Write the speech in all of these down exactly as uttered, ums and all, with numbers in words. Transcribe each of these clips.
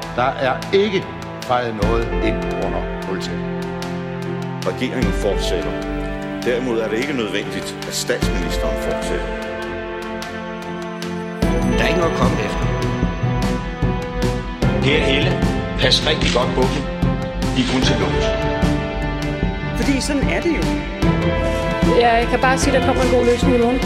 Der er ikke fejret noget ind under politiet. Regeringen fortsætter. Derimod er det ikke nødvendigt, at statsministeren fortsætter. Der er ikke noget at komme efter. Per Helle, pas rigtig godt på dem. De er kun til lås. Fordi sådan er det jo. Jeg kan bare sige, at der kommer en god løsning i morgen.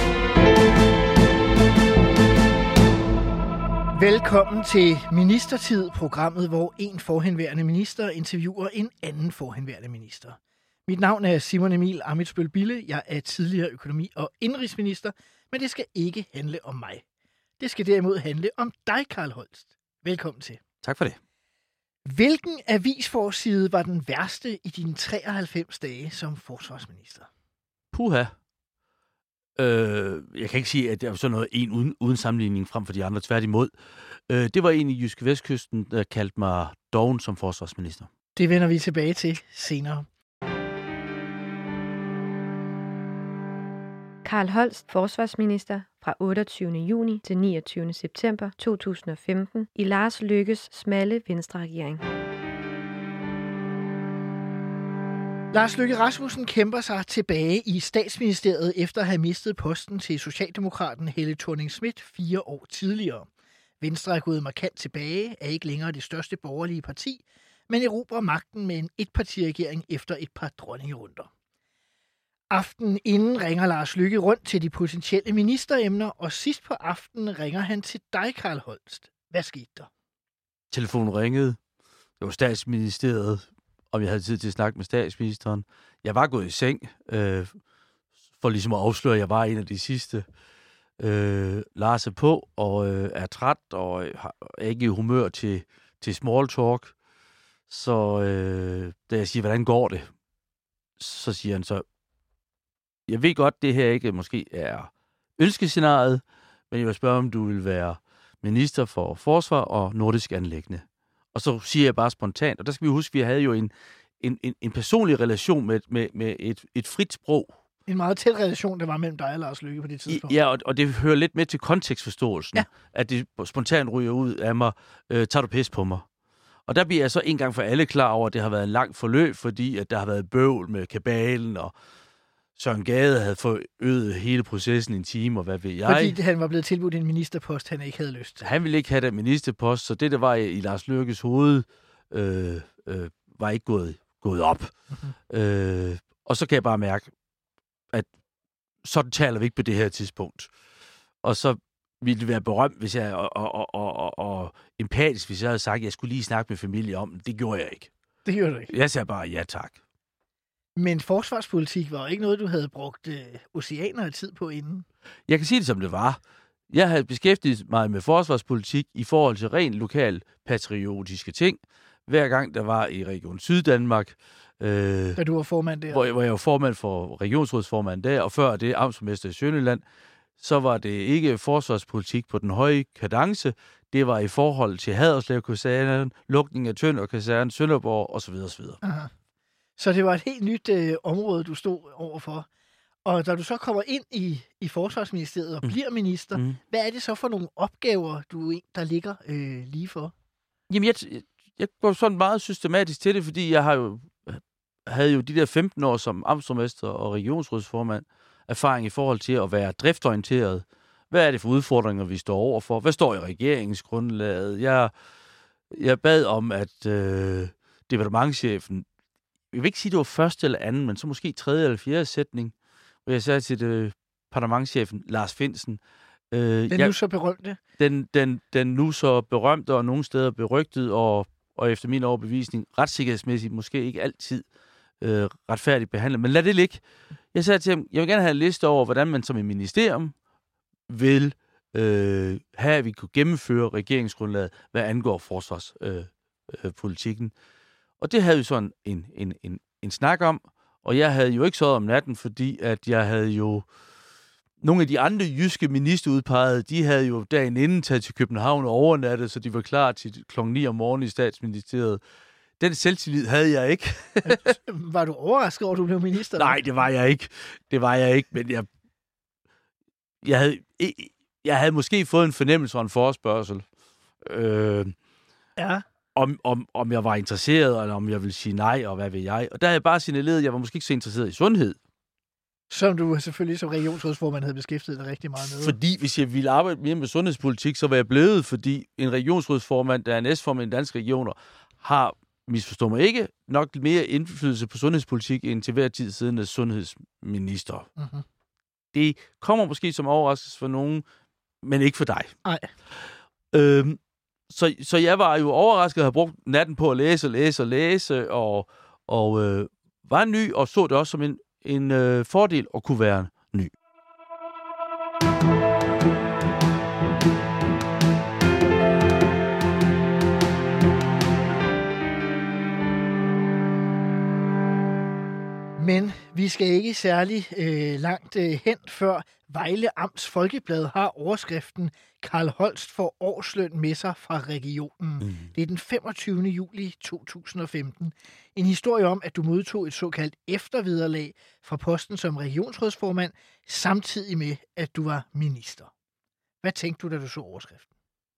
Velkommen til Ministertid, programmet, hvor en forhenværende minister interviewer en anden forhenværende minister. Mit navn er Simon Emil Ammitzbøll Bille. Jeg er tidligere økonomi- og indenrigsminister, men det skal ikke handle om mig. Det skal derimod handle om dig, Carl Holst. Velkommen til. Tak for det. Hvilken avisforside var den værste i dine treoghalvfems dage som forsvarsminister? Puha. Øh, jeg kan ikke sige, at det er sådan noget en uden, uden sammenligning frem for de andre. Tværtimod. Øh, det var en i Jyske Vestkysten, der kaldte mig doven som forsvarsminister. Det vender vi tilbage til senere. Carl Holst, forsvarsminister fra otteogtyvende juni til niogtyvende september to tusind og femten i Lars Løkkes smalle Venstre-regering. Lars Løkke Rasmussen kæmper sig tilbage i statsministeriet efter at have mistet posten til socialdemokraten Helle Thorning-Schmidt fire år tidligere. Venstre er gået markant tilbage, er ikke længere det største borgerlige parti, men erobrer magten med en etpartiregering efter et par dronningerunder. Aftenen inden ringer Lars Løkke rundt til de potentielle ministeremner, og sidst på aftenen ringer han til dig, Carl Holst. Hvad skete der? Telefonen ringede. Det var statsministeriet, om jeg havde tid til at snakke med statsministeren. Jeg var gået i seng, øh, for ligesom at afsløre, at jeg var en af de sidste. Øh, Lars er på, og øh, er træt, og er ikke i humør til, til small talk. Så øh, da jeg siger, hvordan går det? Så siger han så, jeg ved godt, det her ikke måske er ønskescenariet, men jeg vil spørge, om du vil være minister for forsvar og nordisk anliggende. Og så siger jeg bare spontant, og der skal vi huske, at vi havde jo en, en, en, en personlig relation med, med, med et, et frit sprog. En meget tæt relation, der var mellem dig og Lars Løkke på det tidspunkt. Ja, og, og det hører lidt med til kontekstforståelsen, ja. At det spontant ryger ud af mig, øh, tager du pis på mig. Og der bliver jeg så en gang for alle klar over, at det har været en lang forløb, fordi at der har været bøvl med kabalen, og Søren Gade havde forøget hele processen en time, og hvad ved jeg. Fordi han var blevet tilbudt en ministerpost, han ikke havde lyst til. Han ville ikke have den ministerpost, så det, der var i, i Lars Løkkes hoved, øh, øh, var ikke gået, gået op. Mm-hmm. Øh, og så kan jeg bare mærke, at sådan taler vi ikke på det her tidspunkt. Og så ville det være berømt, hvis jeg, og, og, og, og, og empatisk, hvis jeg havde sagt, at jeg skulle lige snakke med familie om det. Det gjorde jeg ikke. Det gjorde du ikke? Jeg sagde bare, ja tak. Men forsvarspolitik var ikke noget, du havde brugt øh, oceaner af tid på inden? Jeg kan sige det, som det var. Jeg havde beskæftiget mig med forsvarspolitik i forhold til rent lokal patriotiske ting. Hver gang der var i Region Syddanmark. Øh, da du var formand der? Hvor, hvor jeg var formand for regionsrådsformand der, og før det amtsborgmester i Sønderjylland, så var det ikke forsvarspolitik på den høje kadence. Det var i forhold til Haderslev Kaserne, lukning af Tønder Kaserne, Sønderborg osv. osv. Aha. Så det var et helt nyt øh, område, du stod overfor. Og da du så kommer ind i, i Forsvarsministeriet og mm. bliver minister, mm. hvad er det så for nogle opgaver, du der ligger øh, lige for? Jamen, jeg, jeg går sådan meget systematisk til det, fordi jeg har jo, havde jo de der femten år som amtsborgmester og regionsrådsformand erfaring i forhold til at være driftorienteret. Hvad er det for udfordringer, vi står overfor? Hvad står i regeringsgrundlaget? Jeg, jeg bad om, at øh, departementschefen, jeg vil ikke sige, det var første eller anden, men så måske tredje eller fjerde sætning, hvor jeg sagde til departementschefen, Lars Findsen. Øh, den jeg, nu så berømte? Den, den, den nu så berømte og nogle steder berygtet, og, og efter min overbevisning, retssikkerhedsmæssigt måske ikke altid øh, retfærdigt behandlet. Men lad det ligge. Jeg sagde til ham, jeg vil gerne have en liste over, hvordan man som et ministerium vil øh, have, at vi kunne gennemføre regeringsgrundlaget, hvad angår forsvarspolitikken. Øh, øh, Og det havde vi sådan en, en, en, en snak om, og jeg havde jo ikke sovet om natten, fordi at jeg havde jo... Nogle af de andre jyske ministerudpegede, de havde jo dagen inden taget til København og overnattet, så de var klar til klokken ni om morgenen i statsministeriet. Den selvtillid havde jeg ikke. Var du overrasket over, at du blev minister? Nej, det var jeg ikke. Det var jeg ikke, men jeg... Jeg havde, jeg havde måske fået en fornemmelse af en forespørgsel. Øh, ja. om, om, om jeg var interesseret, eller om jeg ville sige nej, og hvad ved jeg. Og der havde jeg bare signaleret, at jeg var måske ikke så interesseret i sundhed. Som du selvfølgelig som regionsrådsformand havde beskæftiget dig rigtig meget med. Fordi hvis jeg ville arbejde mere med sundhedspolitik, så var jeg blevet, fordi en regionsrådsformand, der er næstformand i danske regioner, har, misforstå mig ikke, nok mere indflydelse på sundhedspolitik end til hver tid siddende sundhedsminister. Mm-hmm. Det kommer måske som overraskelse for nogen, men ikke for dig. Nej. Øhm, så, så jeg var jo overrasket at have brugt natten på at læse og læse og læse, og, og øh, var ny, og så det også som en, en øh, fordel at kunne være ny. Men vi skal ikke særlig øh, langt øh, hen, før Vejle Amts Folkeblad har overskriften Carl Holst får årsløn med sig fra regionen. Mm. Det er den femogtyvende juli to tusind og femten. En historie om, at du modtog et såkaldt eftervederlag fra posten som regionsrådsformand, samtidig med, at du var minister. Hvad tænkte du, da du så overskriften?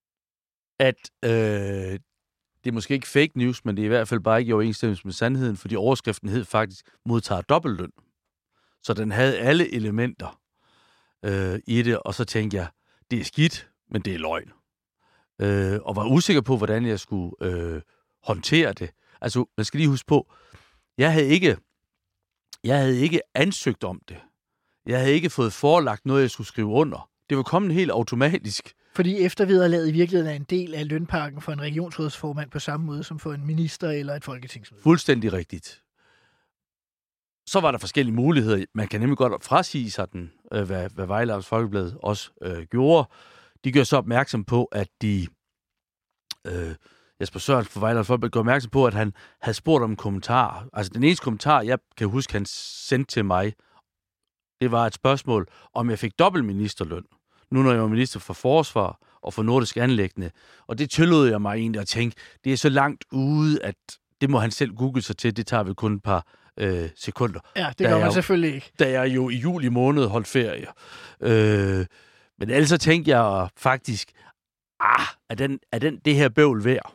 At øh, det er måske ikke fake news, men det er i hvert fald bare ikke i overensstemmelse med sandheden, fordi overskriften hed faktisk modtager dobbeltløn. Så den havde alle elementer øh, i det, og så tænkte jeg, det er skidt, men det er løgn. Øh, og var usikker på, hvordan jeg skulle øh, håndtere det. Altså, man skal lige huske på, jeg havde ikke, jeg havde ikke ansøgt om det. Jeg havde ikke fået forelagt noget, jeg skulle skrive under. Det var kommet helt automatisk. Fordi eftervederlaget i virkeligheden er en del af lønpakken for en regionsrådsformand på samme måde som for en minister eller et folketingsmedlem. Fuldstændig rigtigt. Så var der forskellige muligheder. Man kan nemlig godt frasige sig den, hvad, hvad Vejle Amts Folkeblad også øh, gjorde. De gør så opmærksom på, at de... Øh, Jesper Sørensen fra Vejle Amts Folkeblad gør opmærksom på, at han havde spurgt om en kommentar. Altså den eneste kommentar, jeg kan huske, han sendte til mig, det var et spørgsmål, om jeg fik dobbelt ministerløn. Nu når jeg var minister for forsvar og for nordisk anliggende. Og det tillod jeg mig egentlig at tænke, det er så langt ude, at det må han selv google sig til. Det tager vel kun et par øh, sekunder. Ja, det gør man selvfølgelig ikke. Da jeg jo i juli måned holdt ferie. Øh, men ellers så tænkte jeg faktisk, ah, er, den, er den, det her bøvl værd?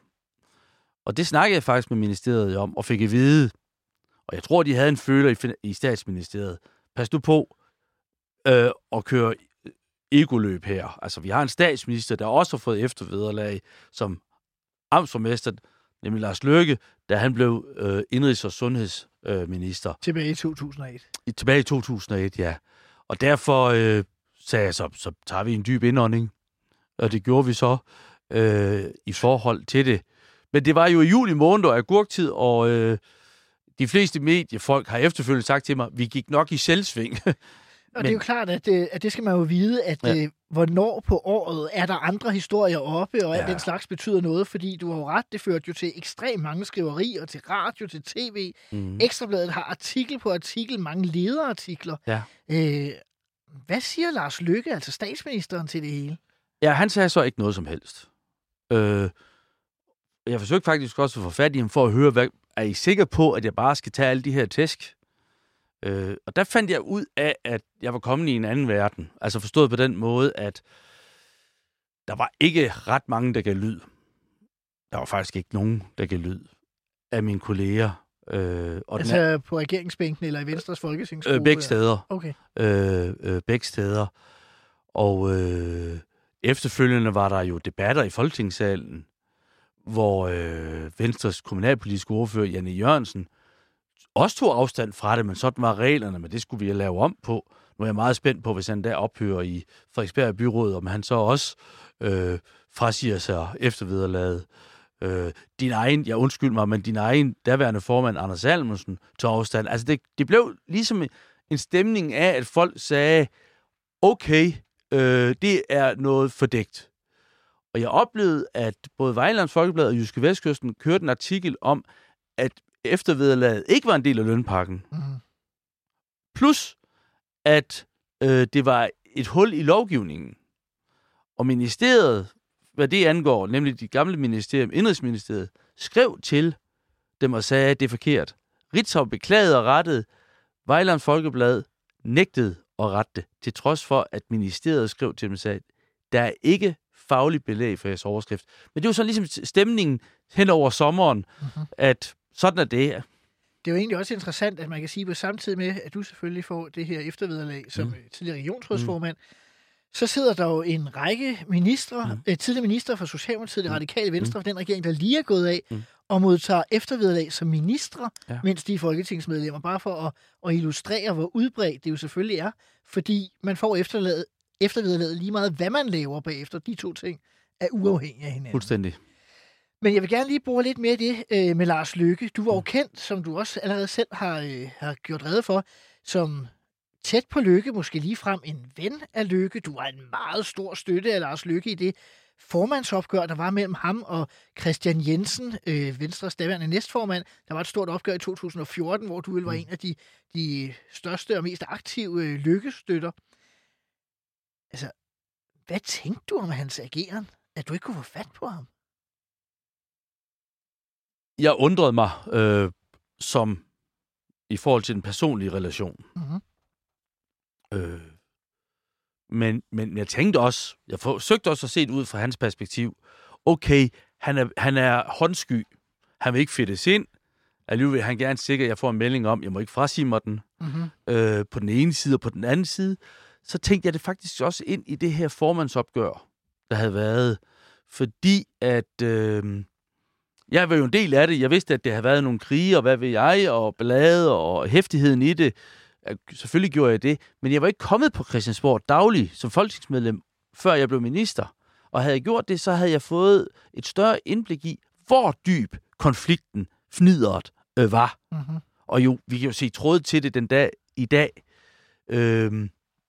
Og det snakkede jeg faktisk med ministeriet om, og fik at vide, og jeg tror, de havde en føler i, i statsministeriet. Pas nu på øh, at køre egoløb her. Altså, vi har en statsminister, der også har fået eftervederlag som amtsborgmester, nemlig Lars Løkke, da han blev øh, indrigs- og sundhedsminister. Øh, tilbage i to tusind og et. I, tilbage i to tusind og et, ja. Og derfor øh, sagde jeg så, så tager vi en dyb indånding. Og det gjorde vi så øh, i forhold til det. Men det var jo i juli måned og agurktid, og øh, de fleste mediefolk har efterfølgende sagt til mig, vi gik nok i selvsving. Og Men, det er jo klart, at det, at det skal man jo vide, at ja. øh, hvornår på året er der andre historier oppe, og ja. den slags betyder noget, fordi du har jo ret, det førte jo til ekstremt mange skriverier, til radio, til tv. Mm. Ekstrabladet har artikel på artikel, mange lederartikler. Ja. Øh, hvad siger Lars Løkke, altså statsministeren, til det hele? Ja, han sagde så ikke noget som helst. Øh, jeg forsøgte faktisk også at få fat i ham for at høre, hvad, er I sikre på, at jeg bare skal tage alle de her tæsk? Øh, og der fandt jeg ud af, at jeg var kommet i en anden verden. Altså forstået på den måde, at der var ikke ret mange, der gav lyd. Der var faktisk ikke nogen, der gav lyd af mine kolleger. Øh, og altså er, på regeringsbænken eller i Venstres folketingsgruppe? Øh, begge steder. Okay. Øh, øh, begge steder. Og øh, efterfølgende var der jo debatter i Folketingssalen, hvor øh, Venstres kommunalpolitiske ordfører, Janne Jørgensen, også tog afstand fra det, men sådan var reglerne, men det skulle vi lave om på. Nu er jeg meget spændt på, hvis han der ophører i Frederiksberg byråd, om han så også øh, frasiger sig eftervederlaget. Øh, din egen, jeg undskyld mig, men din egen daværende formand, Anders Salmonsen, tog afstand. Altså det, det blev ligesom en stemning af, at folk sagde, okay, øh, det er noget fordækt. Og jeg oplevede, at både Vejle Amts Folkeblad og Jyske Vestkysten kørte en artikel om, at eftervederlaget ikke var en del af lønpakken. Mm. Plus, at øh, det var et hul i lovgivningen. Og ministeriet, hvad det angår, nemlig de gamle ministerium, Indenrigsministeriet, skrev til dem og sagde, at det er forkert. Ritzau beklagede og rettede. Vejle Amts Folkeblad nægtede at rette det, til trods for, at ministeriet skrev til dem og sagde, der er ikke fagligt belæg for jeres overskrift. Men det er jo sådan ligesom stemningen hen over sommeren, mm-hmm. at sådan er det. Det er jo egentlig også interessant, at man kan sige på samtidig med, at du selvfølgelig får det her eftervederlag som mm. tidligere regionsrådsformand, mm. så sidder der jo en række ministre, mm. tidligere ministre fra Socialdemokratiet, det radikale Venstre, mm. for den regering, der lige er gået af, mm. og modtager eftervederlag som ministre, ja. mens de er folketingsmedlemmer, bare for at, at illustrere, hvor udbredt det jo selvfølgelig er, fordi man får eftervederlaget, eftervederlaget lige meget, hvad man laver bagefter. De to ting er uafhængige af hinanden. Fuldstændig. Men jeg vil gerne lige bruge lidt mere det øh, med Lars Løkke. Du var jo kendt, som du også allerede selv har, øh, har gjort rede for, som tæt på Løkke, måske lige frem en ven af Løkke. Du var en meget stor støtte af Lars Løkke i det formandsopgør, der var mellem ham og Christian Jensen, øh, Venstres daværende næstformand. Der var et stort opgør i to tusind og fjorten, hvor du var en af de, de største og mest aktive øh, Løkke-støtter. Altså, hvad tænkte du om hans ageren? At du ikke kunne få fat på ham? Jeg undrede mig øh, som i forhold til den personlige relation. Mm-hmm. Øh, men, men jeg tænkte også, jeg forsøgte også at se det ud fra hans perspektiv. Okay, han er, han er håndsky. Han vil ikke fedtes ind. Alligevel vil han gerne sikre, at jeg får en melding om, jeg må ikke frasige mig den. Mm-hmm. Øh, på den ene side og på den anden side. Så tænkte jeg det faktisk også ind i det her formandsopgør, der havde været. Fordi at... Øh, Jeg var jo en del af det. Jeg vidste, at det havde været nogle krige, og hvad ved jeg, og ballade, og hæftigheden i det. Selvfølgelig gjorde jeg det. Men jeg var ikke kommet på Christiansborg dagligt som folketingsmedlem, før jeg blev minister. Og havde jeg gjort det, så havde jeg fået et større indblik i, hvor dyb konflikten, fnideret, øh, var. Mm-hmm. Og jo, vi kan jo se tråd til det den dag i dag. Øhm,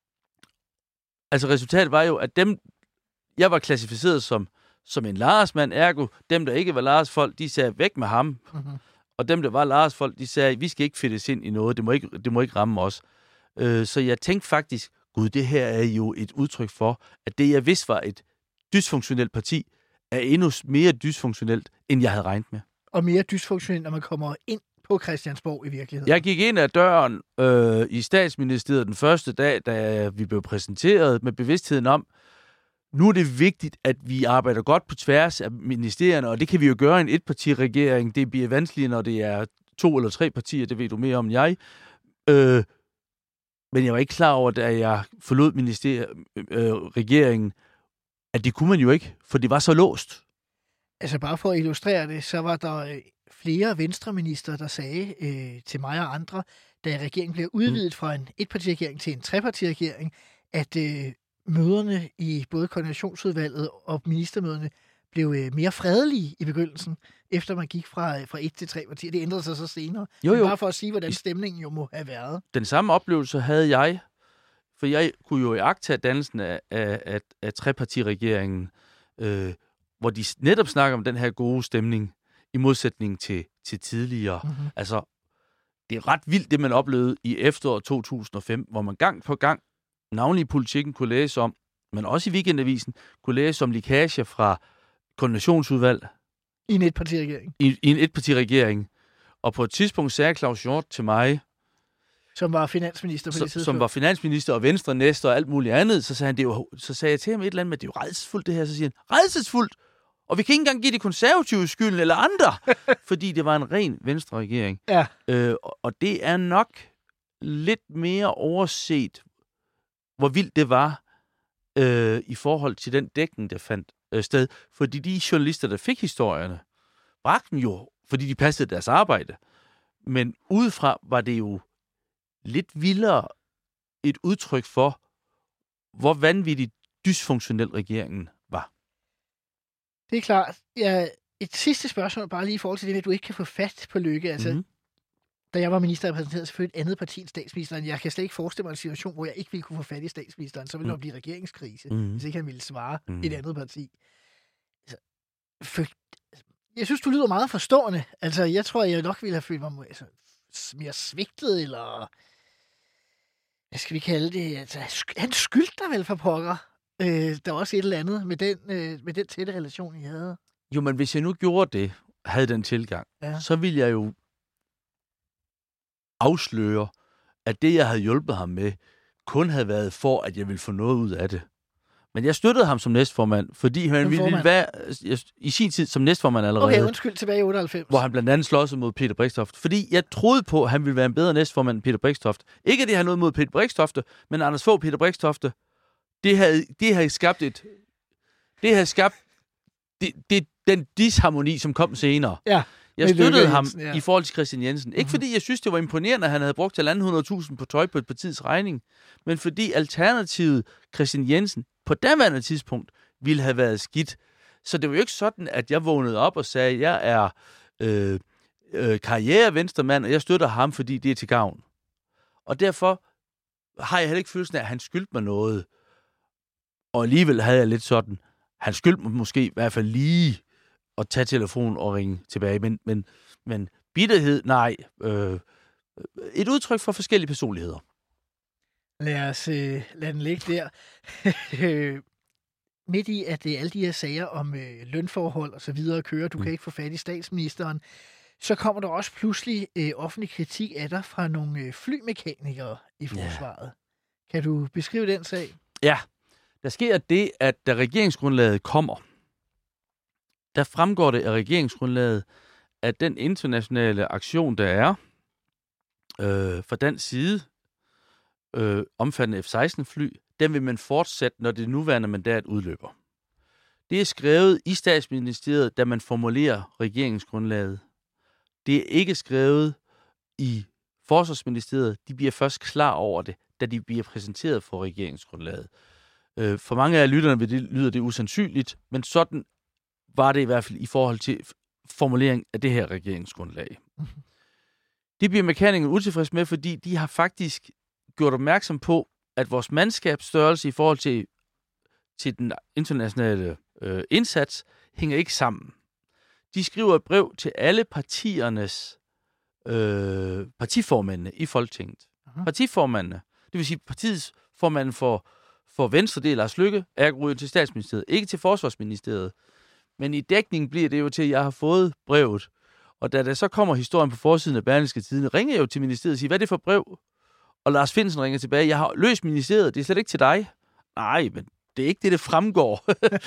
altså resultatet var jo, at dem, jeg var klassificeret som som en Lars-mand, ergo dem, der ikke var Lars-folk, de sagde væk med ham. Mm-hmm. Og dem, der var Lars-folk, de sagde, vi skal ikke fedtes ind i noget, det må ikke, det må ikke ramme os. Øh, så jeg tænkte faktisk, gud, det her er jo et udtryk for, at det, jeg vidste var et dysfunktionelt parti, er endnu mere dysfunktionelt, end jeg havde regnet med. Og mere dysfunktionelt, når man kommer ind på Christiansborg i virkeligheden. Jeg gik ind ad døren øh, i Statsministeriet den første dag, da vi blev præsenteret med bevidstheden om, nu er det vigtigt, at vi arbejder godt på tværs af ministerierne, og det kan vi jo gøre i en etpartiregering. Det bliver vanskeligt, når det er to eller tre partier, det ved du mere om end jeg. Øh, men jeg var ikke klar over, da jeg forlod minister- øh, regeringen, at det kunne man jo ikke, for det var så låst. Altså bare for at illustrere det, så var der flere venstreminister, der sagde øh, til mig og andre, da regeringen blev udvidet mm. fra en etpartiregering til en trepartiregering, at øh, møderne i både koordinationsudvalget og ministermøderne blev øh, mere fredelige i begyndelsen, efter man gik fra, fra et til tre partier. Det ændrede sig så senere. Jo, jo. Bare for at sige, hvordan stemningen jo må have været. Den samme oplevelse havde jeg, for jeg kunne jo iagttage dannelsen af, af, af, af trepartiregeringen, øh, hvor de netop snakker om den her gode stemning, i modsætning til, til tidligere. Mm-hmm. Altså, det er ret vildt, det man oplevede i efteråret to tusind og fem, hvor man gang på gang, navnlig i politikken, kunne læse om, men også i Weekendavisen, kunne læse om lækager fra koordinationsudvalg. I en etpartiregering. I, I en etpartiregering. Og på et tidspunkt sagde Claus Hjort til mig, som var finansminister på så, det tidspunkt. Som var finansminister og Venstre næste og alt muligt andet, så sagde, han, det jo, så sagde jeg til ham et eller andet, men det er jo rædselsfuldt det her. Så siger han, rædselsfuldt! Og vi kan ikke engang give de konservative skylden eller andre, fordi det var en ren Venstre-regering. Ja. Øh, og det er nok lidt mere overset, hvor vildt det var øh, i forhold til den dækning, der fandt øh, sted. Fordi de journalister, der fik historierne, bragte dem jo, fordi de passede deres arbejde. Men udefra var det jo lidt vildere et udtryk for, hvor vanvittigt dysfunktionel regeringen var. Det er klart. Ja, et sidste spørgsmål, bare lige i forhold til det med, at du ikke kan få fat på Løkke. Altså, mm-hmm. Da jeg var minister, repræsenterede selvfølgelig et andet parti end statsministeren. Jeg kan slet ikke forestille mig en situation, hvor jeg ikke ville kunne få fat i statsministeren. Så ville mm. der blive regeringskrise, mm. hvis ikke han ville svare mm. et andet parti. Altså, for, jeg synes, du lyder meget forstående. Altså, jeg tror, jeg nok ville have følt mig altså, mere svigtet, eller hvad skal vi kalde det? Altså, han skyldte dig vel for pokker. Øh, der var også et eller andet med den, øh, med den tætte relation, I havde. Jo, men hvis jeg nu gjorde det, havde den tilgang, ja. Så ville jeg jo afsløre, at det, jeg havde hjulpet ham med, kun havde været for, at jeg ville få noget ud af det. Men jeg støttede ham som næstformand, fordi han ville, ville være i sin tid som næstformand allerede. Okay, undskyld, tilbage i otteoghalvfems. Hvor han blandt andet slås mod Peter Brixtoft. Fordi jeg troede på, at han ville være en bedre næstformand end Peter Brixtoft. Ikke at det har noget mod Peter Brixtofte, men Anders Fogh Peter Brixtofte, det havde, det havde skabt et... Det havde skabt det, det, den disharmoni, som kom senere. Ja. Jeg støttede ham ja. i forhold til Christian Jensen. Ikke mm-hmm. fordi jeg synes, det var imponerende, at han havde brugt halvanden hundrede tusind på tøj på et partiets regning, men fordi alternativet Christian Jensen på daværende tidspunkt ville have været skidt. Så det var jo ikke sådan, at jeg vågnede op og sagde, at jeg er øh, øh, karrierevenstremand, og jeg støtter ham, fordi det er til gavn. Og derfor har jeg heller ikke følelsen af, at han skyldte mig noget. Og alligevel havde jeg lidt sådan, han skyldte mig måske i hvert fald lige at tage telefonen og ringe tilbage. Men, men, men bitterhed, nej. Øh, et udtryk for forskellige personligheder. Lad os øh, lade den ligge der. Midt i, at det er alle de her sager om øh, lønforhold og så videre kører, du mm. kan ikke få fat i statsministeren, så kommer der også pludselig øh, offentlig kritik af dig fra nogle øh, flymekanikere i forsvaret. Ja. Kan du beskrive den sag? Ja, der sker det, at da regeringsgrundlaget kommer, der fremgår det af regeringsgrundlaget, at den internationale aktion, der er øh, fra dansk side, øh, omfattende F seksten fly, den vil man fortsætte, når det nuværende mandat udløber. Det er skrevet i Statsministeriet, da man formulerer regeringsgrundlaget. Det er ikke skrevet i Forsvarsministeriet. De bliver først klar over det, da de bliver præsenteret for regeringsgrundlaget. Øh, for mange af lytterne vil det, lyder det usandsynligt, men sådan var det i hvert fald i forhold til formulering af det her regeringsgrundlag. Mm-hmm. Det bliver mekanikerne utilfreds med, fordi de har faktisk gjort opmærksom på, at vores mandskabsstørrelse i forhold til, til den internationale øh, indsats hænger ikke sammen. De skriver et brev til alle partiernes øh, partiformændene i Folketinget. Uh-huh. Partiformændene, det vil sige partiets formand for, for Venstre, det er Lars Løkke, er gået til Statsministeriet, ikke til Forsvarsministeriet. Men i dækningen bliver det jo til, at jeg har fået brevet. Og da der så kommer historien på forsiden af Berlingske Tidende, ringer jeg jo til ministeriet og siger, hvad er det for brev? Og Lars Findsen ringer tilbage, jeg har løst ministeriet, det er slet ikke til dig. Nej, men det er ikke det, det fremgår.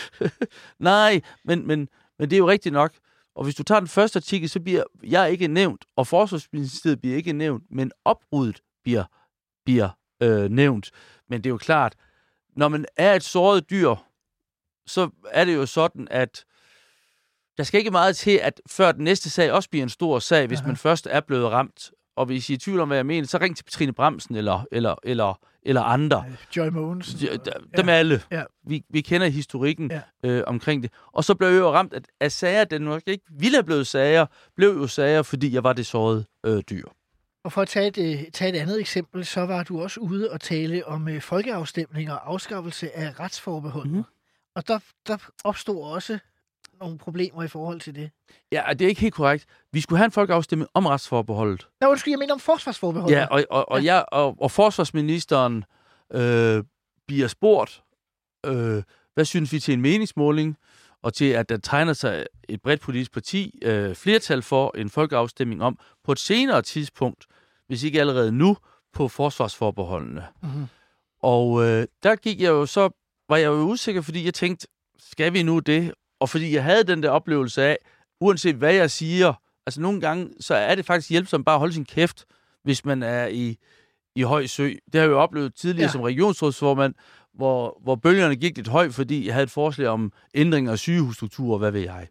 Nej, men, men, men det er jo rigtigt nok. Og hvis du tager den første artikel, så bliver jeg ikke nævnt, og Forsvarsministeriet bliver ikke nævnt, men opbruddet bliver, bliver øh, nævnt. Men det er jo klart, når man er et såret dyr, så er det jo sådan, at der skal ikke meget til, at før den næste sag også bliver en stor sag, hvis Aha. man først er blevet ramt. Og hvis I er i tvivl om, hvad jeg mener, så ring til Trine Bramsen eller, eller, eller, eller andre. Joy Mogensen. De, de, dem ja. alle. Ja. Vi, vi kender historikken ja. øh, omkring det. Og så blev jeg jo ramt, at, at sager, den nok ikke ville have blevet sager, blev jo sager, fordi jeg var det sårede øh, dyr. Og for at tage et, tage et andet eksempel, så var du også ude og tale om øh, folkeafstemning og afskaffelse af retsforbeholdet. Mm-hmm. Og der, der opstod også nogle problemer i forhold til det. Ja, det er ikke helt korrekt. Vi skulle have en folkeafstemning om retsforbeholdet. Ja, undskyld, jeg mener om forsvarsforbeholdet. Ja, og, og, og, ja. Jeg, og, og forsvarsministeren øh, bliver spurgt, øh, hvad synes vi til en meningsmåling, og til at der tegner sig et bredt politisk parti, øh, flertal for en folkeafstemning om, på et senere tidspunkt, hvis ikke allerede nu, på forsvarsforbeholdene. Mm-hmm. Og øh, der gik jeg jo så, var jeg jo usikker, fordi jeg tænkte, skal vi nu det? Og fordi jeg havde den der oplevelse af, uanset hvad jeg siger, altså nogle gange, så er det faktisk hjælpsomt bare at holde sin kæft, hvis man er i, i høj sø. Det har jeg jo oplevet tidligere ja. som regionsrådsformand, hvor, hvor bølgerne gik lidt højt, fordi jeg havde et forslag om ændringer af sygehusstruktur, hvad ved jeg.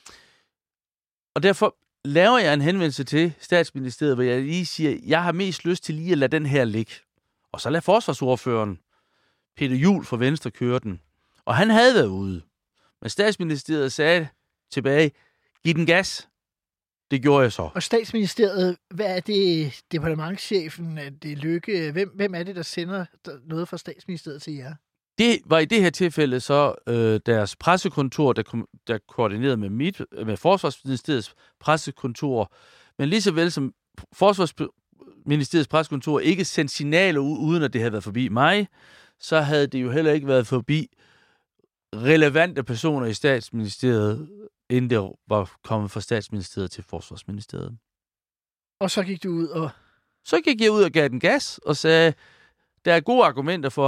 Og derfor laver jeg en henvendelse til Statsministeriet, hvor jeg lige siger, jeg har mest lyst til lige at lade den her ligge. Og så lader forsvarsordføreren Peter Juhl fra Venstre køre den. Og han havde været ude. Men Statsministeriet sagde tilbage, giv den gas. Det gjorde jeg så. Og Statsministeriet, hvad er det, departementschefen, er det Løkke? Hvem, hvem er det, der sender noget fra Statsministeriet til jer? Det var i det her tilfælde så øh, deres pressekontor, der, kom, der koordinerede med, mit, med Forsvarsministeriets pressekontor. Men lige så vel som Forsvarsministeriets pressekontor ikke sendte signaler ud, uden at det havde været forbi mig, så havde det jo heller ikke været forbi relevante personer i Statsministeriet, inden det var kommet fra Statsministeriet til Forsvarsministeriet. Og så gik du ud og... Så gik jeg ud og gav den gas og sagde, der er gode argumenter for,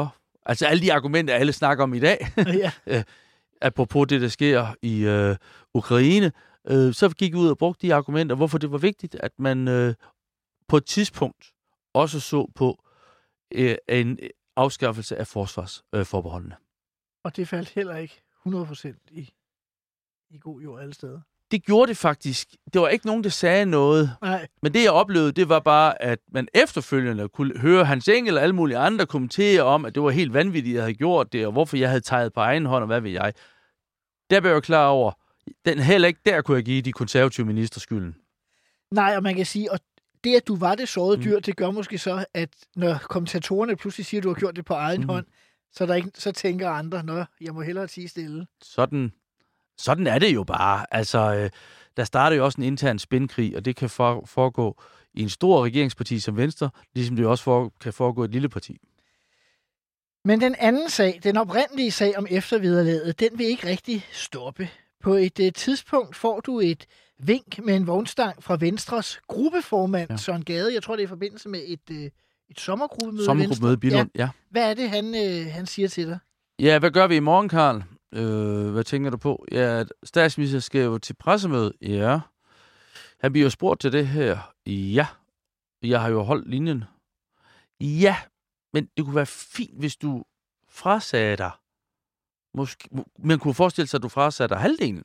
Altså alle de argumenter, alle snakker om i dag, Ja. apropos det, der sker i øh, Ukraine, øh, så gik vi ud og brugte de argumenter, hvorfor det var vigtigt, at man øh, på et tidspunkt også så på øh, en afskaffelse af forsvarsforbeholdene. Øh, Og det faldt heller ikke hundrede procent i, i god jord alle steder. Det gjorde det faktisk. Det var ikke nogen, der sagde noget. Nej. Men det, jeg oplevede, det var bare, at man efterfølgende kunne høre Hans Engel og alle mulige andre kommentere om, at det var helt vanvittigt, at jeg havde gjort det, og hvorfor jeg havde teget på egen hånd, og hvad ved jeg. Der blev jeg klar over, den heller ikke der kunne jeg give de konservative minister skylden. Nej, og man kan sige, og det, at du var det sårede dyr, mm. det gør måske så, at når kommentatorerne pludselig siger, at du har gjort det på egen mm. hånd, så, der ikke, så tænker andre, nå, jeg må hellere tie stille. Sådan, sådan er det jo bare. Altså, øh, der starter jo også en intern spændkrig, og det kan for, foregå i en stor regeringsparti som Venstre, ligesom det også for, kan foregå i et lille parti. Men den anden sag, den oprindelige sag om eftervederlaget, den vil ikke rigtig stoppe. På et uh, tidspunkt får du et vink med en vognstang fra Venstres gruppeformand, ja. Søren Gade. Jeg tror, det er i forbindelse med et, uh, et sommergruppemøde. Sommergruppemøde i Billund, ja. ja. Hvad er det, han, uh, han siger til dig? Ja, hvad gør vi i morgen, Karl? Øh, hvad tænker du på? Ja, statsminister skal jo til pressemøde. Ja. Han bliver jo spurgt til det her. Ja. Jeg har jo holdt linjen. Ja, men det kunne være fint, hvis du frasagde dig. Måske, man kunne forestille sig, at du frasagde dig halvdelen.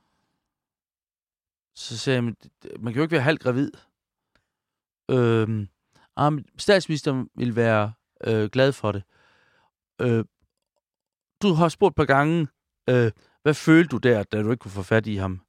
Så sagde jeg, man kan jo ikke være halvt gravid. Øhm, statsministeren vil være øh, glad for det. Øh, du har spurgt et par gange, øh, hvad følte du der, da du ikke kunne få fat i ham?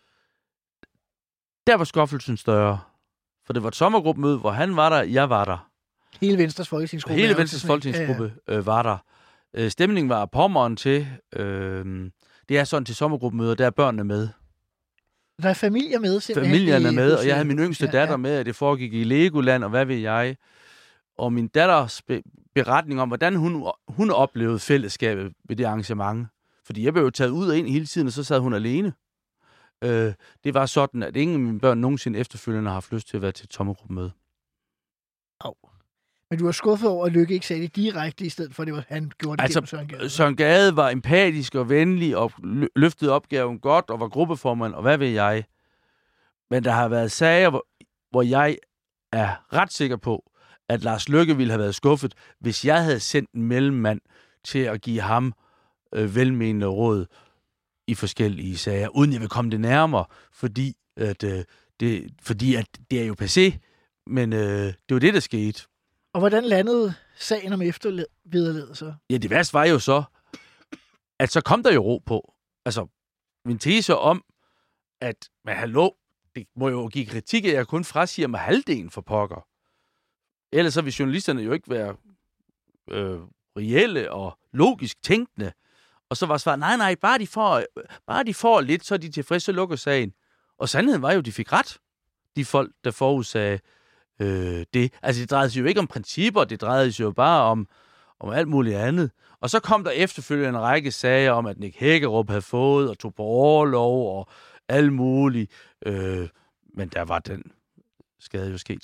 Der var skuffelsen større. For det var et sommergruppemøde, hvor han var der, jeg var der. Hele Venstres folketingsgruppe. Hele Venstres folketingsgruppe ja, ja. Øh, var der. Øh, stemningen var pommeren til. Øh, det er sådan til sommergruppemøder, der er børnene med. Der er familier med simpelthen. Familierne er med, og jeg havde min yngste ja, datter ja. med, at det foregik i Legoland, og hvad ved jeg. Og min datters be- beretning om, hvordan hun, hun oplevede fællesskabet ved det arrangement. Fordi jeg blev jo taget ud og ind hele tiden, og så sad hun alene. Øh, det var sådan, at ingen af mine børn nogensinde efterfølgende har haft lyst til at være til et sommergruppemøde. Oh. Men du var skuffet over, at Løkke ikke sagde det direkte, i stedet for, at det var, han gjorde det altså, gennem Søren Gade. Søren Gade var empatisk og venlig og løftede opgaven godt og var gruppeformand, og hvad ved jeg. Men der har været sager, hvor, hvor jeg er ret sikker på, at Lars Løkke ville have været skuffet, hvis jeg havde sendt en mellemmand til at give ham øh, velmenende råd i forskellige sager, uden jeg vil komme det nærmere, fordi at, øh, det, fordi at det er jo passé, men øh, det var det, der skete. Og hvordan landede sagen om eftervederlaget så? Ja, det værste var jo så, at så kom der jo ro på. Altså, min tese om, at, men hallo, det må jo give kritik, at jeg kun frasiger mig halvdelen for pokker. Ellers så vil journalisterne jo ikke være øh, reelle og logisk tænkende. Og så var svaret, nej, nej, bare de får, bare de får lidt, så er de tilfredse, så lukker sagen. Og sandheden var jo, at de fik ret, de folk, der forudsagde øh, det. Altså, det drejede sig jo ikke om principper, det drejede sig jo bare om, om alt muligt andet. Og så kom der efterfølgende en række sager om, at Nick Hækkerup havde fået og tog på orlov og alt muligt. Øh, men der var den skade jo sket.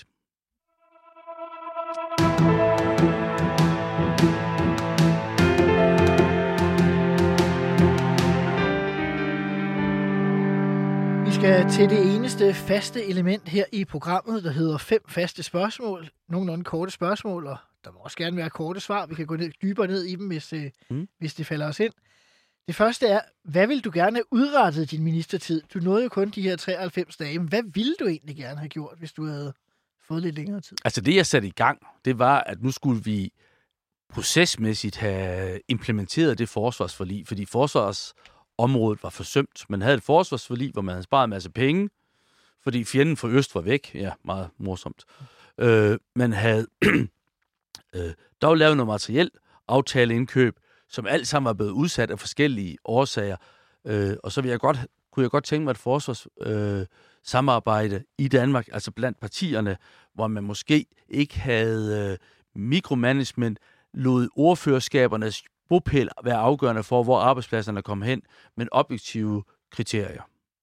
Vi skal til det eneste faste element her i programmet, der hedder fem faste spørgsmål. Nogenlunde korte spørgsmål, og der må også gerne være korte svar. Vi kan gå ned, dybere ned i dem, hvis, mm. hvis det falder os ind. Det første er, hvad vil du gerne have udrettet din ministertid? Du nåede jo kun de her treoghalvfems dage. Hvad ville du egentlig gerne have gjort, hvis du havde fået lidt længere tid? Altså det, jeg satte i gang, det var, at nu skulle vi procesmæssigt have implementeret det forsvarsforlig, fordi forsvarsområdet var forsømt. Man havde et forsvarsforlig, hvor man havde sparet en masse penge, fordi fjenden fra øst var væk. Ja, meget morsomt. Øh, man havde øh, dog lavet noget materiel aftaleindkøb, som alt sammen var blevet udsat af forskellige årsager. Øh, og så vil jeg godt, kunne jeg godt tænke mig et forsvarssamarbejde øh, i Danmark, altså blandt partierne, hvor man måske ikke havde øh, mikromanagement, lod ordførerskabernes bopæl være afgørende for, hvor arbejdspladserne kom hen, men objektive kriterier.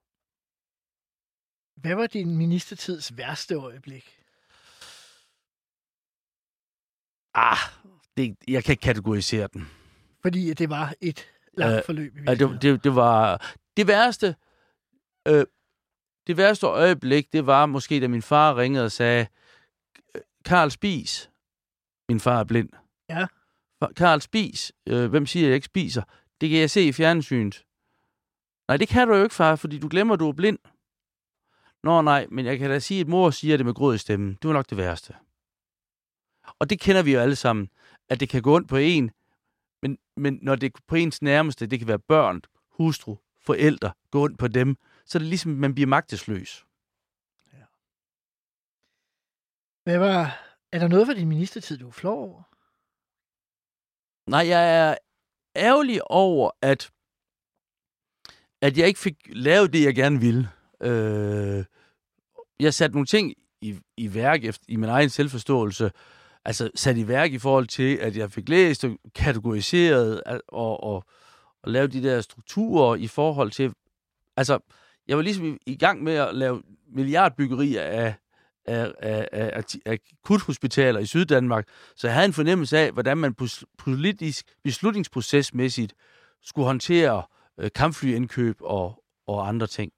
Hvad var din ministertids værste øjeblik? Ah, det, jeg kan ikke kategorisere den. Fordi det var et langt øh, forløb. Ja, det, det, det var det værste. Øh, det værste øjeblik, det var måske, da min far ringede og sagde, Karl, spis. Min far er blind. Ja. Karl, spis. Øh, hvem siger, jeg ikke spiser? Det kan jeg se i fjernsynet. Nej, det kan du jo ikke, far, fordi du glemmer, du er blind. Nå nej, men jeg kan da sige, at mor siger det med grød i stemmen. Det var nok det værste. Og det kender vi jo alle sammen, at det kan gå ondt på en, men, men når det er på ens nærmeste, det kan være børn, hustru, forældre, gå ondt på dem, så er det ligesom, man bliver magtesløs. Ja. Hvad var, er der noget for din ministertid, du er flov over? Nej, jeg er ærgerlig over, at, at jeg ikke fik lavet det, jeg gerne ville. Øh, jeg satte nogle ting i, i værk efter, i min egen selvforståelse, altså sat i værk i forhold til, at jeg fik læst og kategoriseret og, og, og lavet de der strukturer i forhold til, altså jeg var ligesom i, i gang med at lave milliardbyggerier af, af, af, af, af akuthospitaler i Syddanmark, så jeg havde en fornemmelse af, hvordan man politisk beslutningsprocesmæssigt skulle håndtere øh, kampflyindkøb og, og andre ting.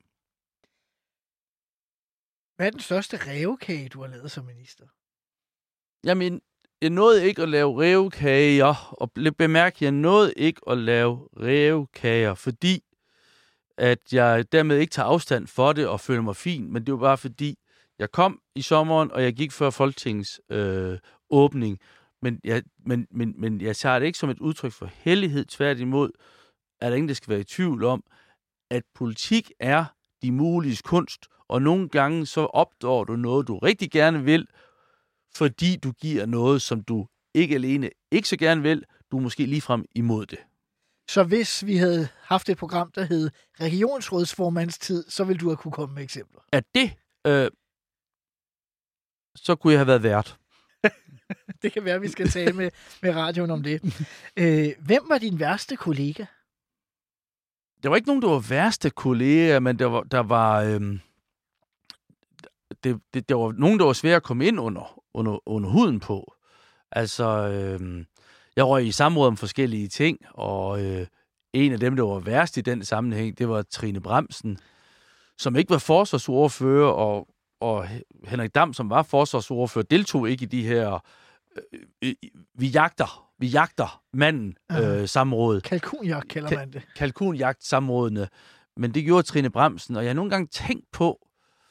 Hvad er den største rævekage, du har lavet som minister? Jamen, jeg nåede ikke at lave rævekager, og bemærk, jeg nåede ikke at lave rævekager, fordi at jeg dermed ikke tager afstand for det og føler mig fin, men det var bare fordi, jeg kom i sommeren, og jeg gik før Folketingets øh, åbning, men jeg, men, men, men jeg tager det ikke som et udtryk for hellighed, tværtimod er der ingen, der skal være i tvivl om, at politik er de muliges kunst, og nogle gange så opdager du noget, du rigtig gerne vil, fordi du giver noget, som du ikke alene ikke så gerne vil, du er måske ligefrem imod det. Så hvis vi havde haft et program, der hed Regionsrådsformandstid, så ville du have kunne komme med eksempler? At det, øh, så kunne jeg have været vært. Det kan være, at vi skal tale med, med radioen om det. Øh, hvem var din værste kollega? Der var ikke nogen, der var værste kollega, men der var, der var, øhm, det, det, der var nogen, der var svære at komme ind under, under, under huden på. Altså, øhm, jeg røg i samråd om forskellige ting, og øh, en af dem, der var værst i den sammenhæng, det var Trine Bramsen, som ikke var forsvarsordfører, og, og Henrik Dam, som var forsvarsordfører, deltog ikke i de her øh, vi jagter Vi jagter manden øh, samråd. Kalkunjagt kalder man det. Kalkunjagt samrådene. Men det gjorde Trine Bramsen, og jeg har nogle gange tænkt på,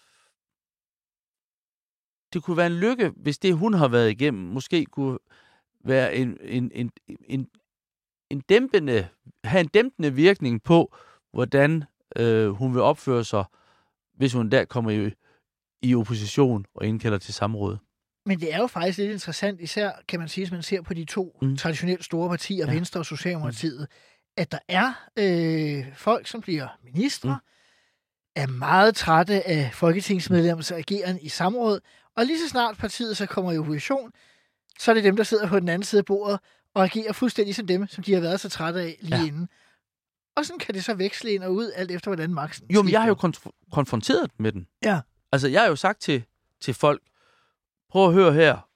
det kunne være en lykke, hvis det, hun har været igennem, måske kunne være en, en, en, en, en dæmpende, have en dæmpende virkning på, hvordan øh, hun vil opføre sig, hvis hun der kommer i, i opposition og indkalder til samråd. Men det er jo faktisk lidt interessant, især kan man sige, hvis man ser på de to mm. traditionelt store partier, ja. Venstre og Socialdemokratiet, mm. at der er øh, folk, som bliver ministre, mm. er meget trætte af folketingsmedlemmers ageren i samråd, og lige så snart partiet så kommer i opposition, så er det dem, der sidder på den anden side af bordet og agerer fuldstændig som dem, som de har været så trætte af lige ja. inden. Og sådan kan det så veksle ind og ud, alt efter hvordan magten. Jo, men jeg har jo konf- konfronteret med den. Ja. Altså, jeg har jo sagt til, til folk, prøv at høre her.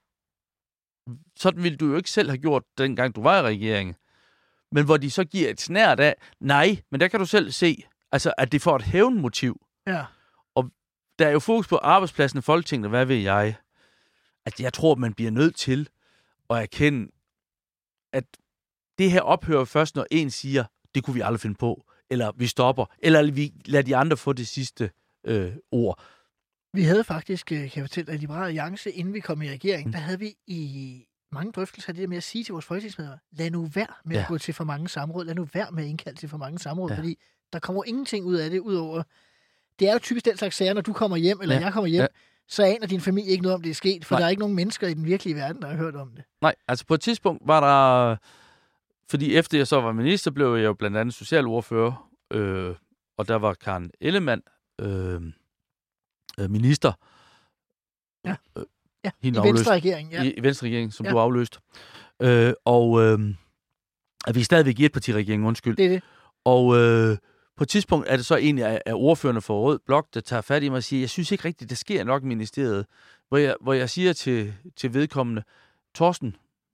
Sådan ville du jo ikke selv have gjort, dengang du var i regeringen. Men hvor de så giver et snært af, nej, men der kan du selv se, altså, at det får et hævnmotiv. Ja. Og der er jo fokus på arbejdspladsen i Folketinget, og hvad ved jeg? At jeg tror, man bliver nødt til at erkende, at det her ophører først, når en siger, det kunne vi aldrig finde på, eller vi stopper, eller vi lader de andre få det sidste øh, ord. Vi havde faktisk, kan jeg fortælle, at Liberal Alliance, inden vi kom i regeringen, mm. der havde vi i mange drøftelser det der med at sige til vores folketingsmedlemmer, lad nu være med ja. at gå til for mange samråd, lad nu være med at indkalde til for mange samråd, ja. fordi der kommer ingenting ud af det, udover, det er jo typisk den slags sager, når du kommer hjem, eller ja. jeg kommer hjem, ja. så aner din familie ikke noget om det er sket, for Nej. der er ikke nogen mennesker i den virkelige verden, der har hørt om det. Nej, altså på et tidspunkt var der, fordi efter jeg så var minister, blev jeg jo blandt andet socialordfører, øh, og der var Karen Ellemann, øh, minister. Ja, øh, ja. i Venstre-regeringen. Ja. I, i Venstre-regeringen, som ja. du afløste. Øh, og øh, at vi er stadigvæk i et parti-regeringen, undskyld. Det er det. Og øh, på et tidspunkt er det så egentlig af, af ordførende for Rød Blok, der tager fat i mig og siger, jeg synes ikke rigtigt, der sker nok i ministeriet. Hvor jeg, hvor jeg siger til, til vedkommende, Torsten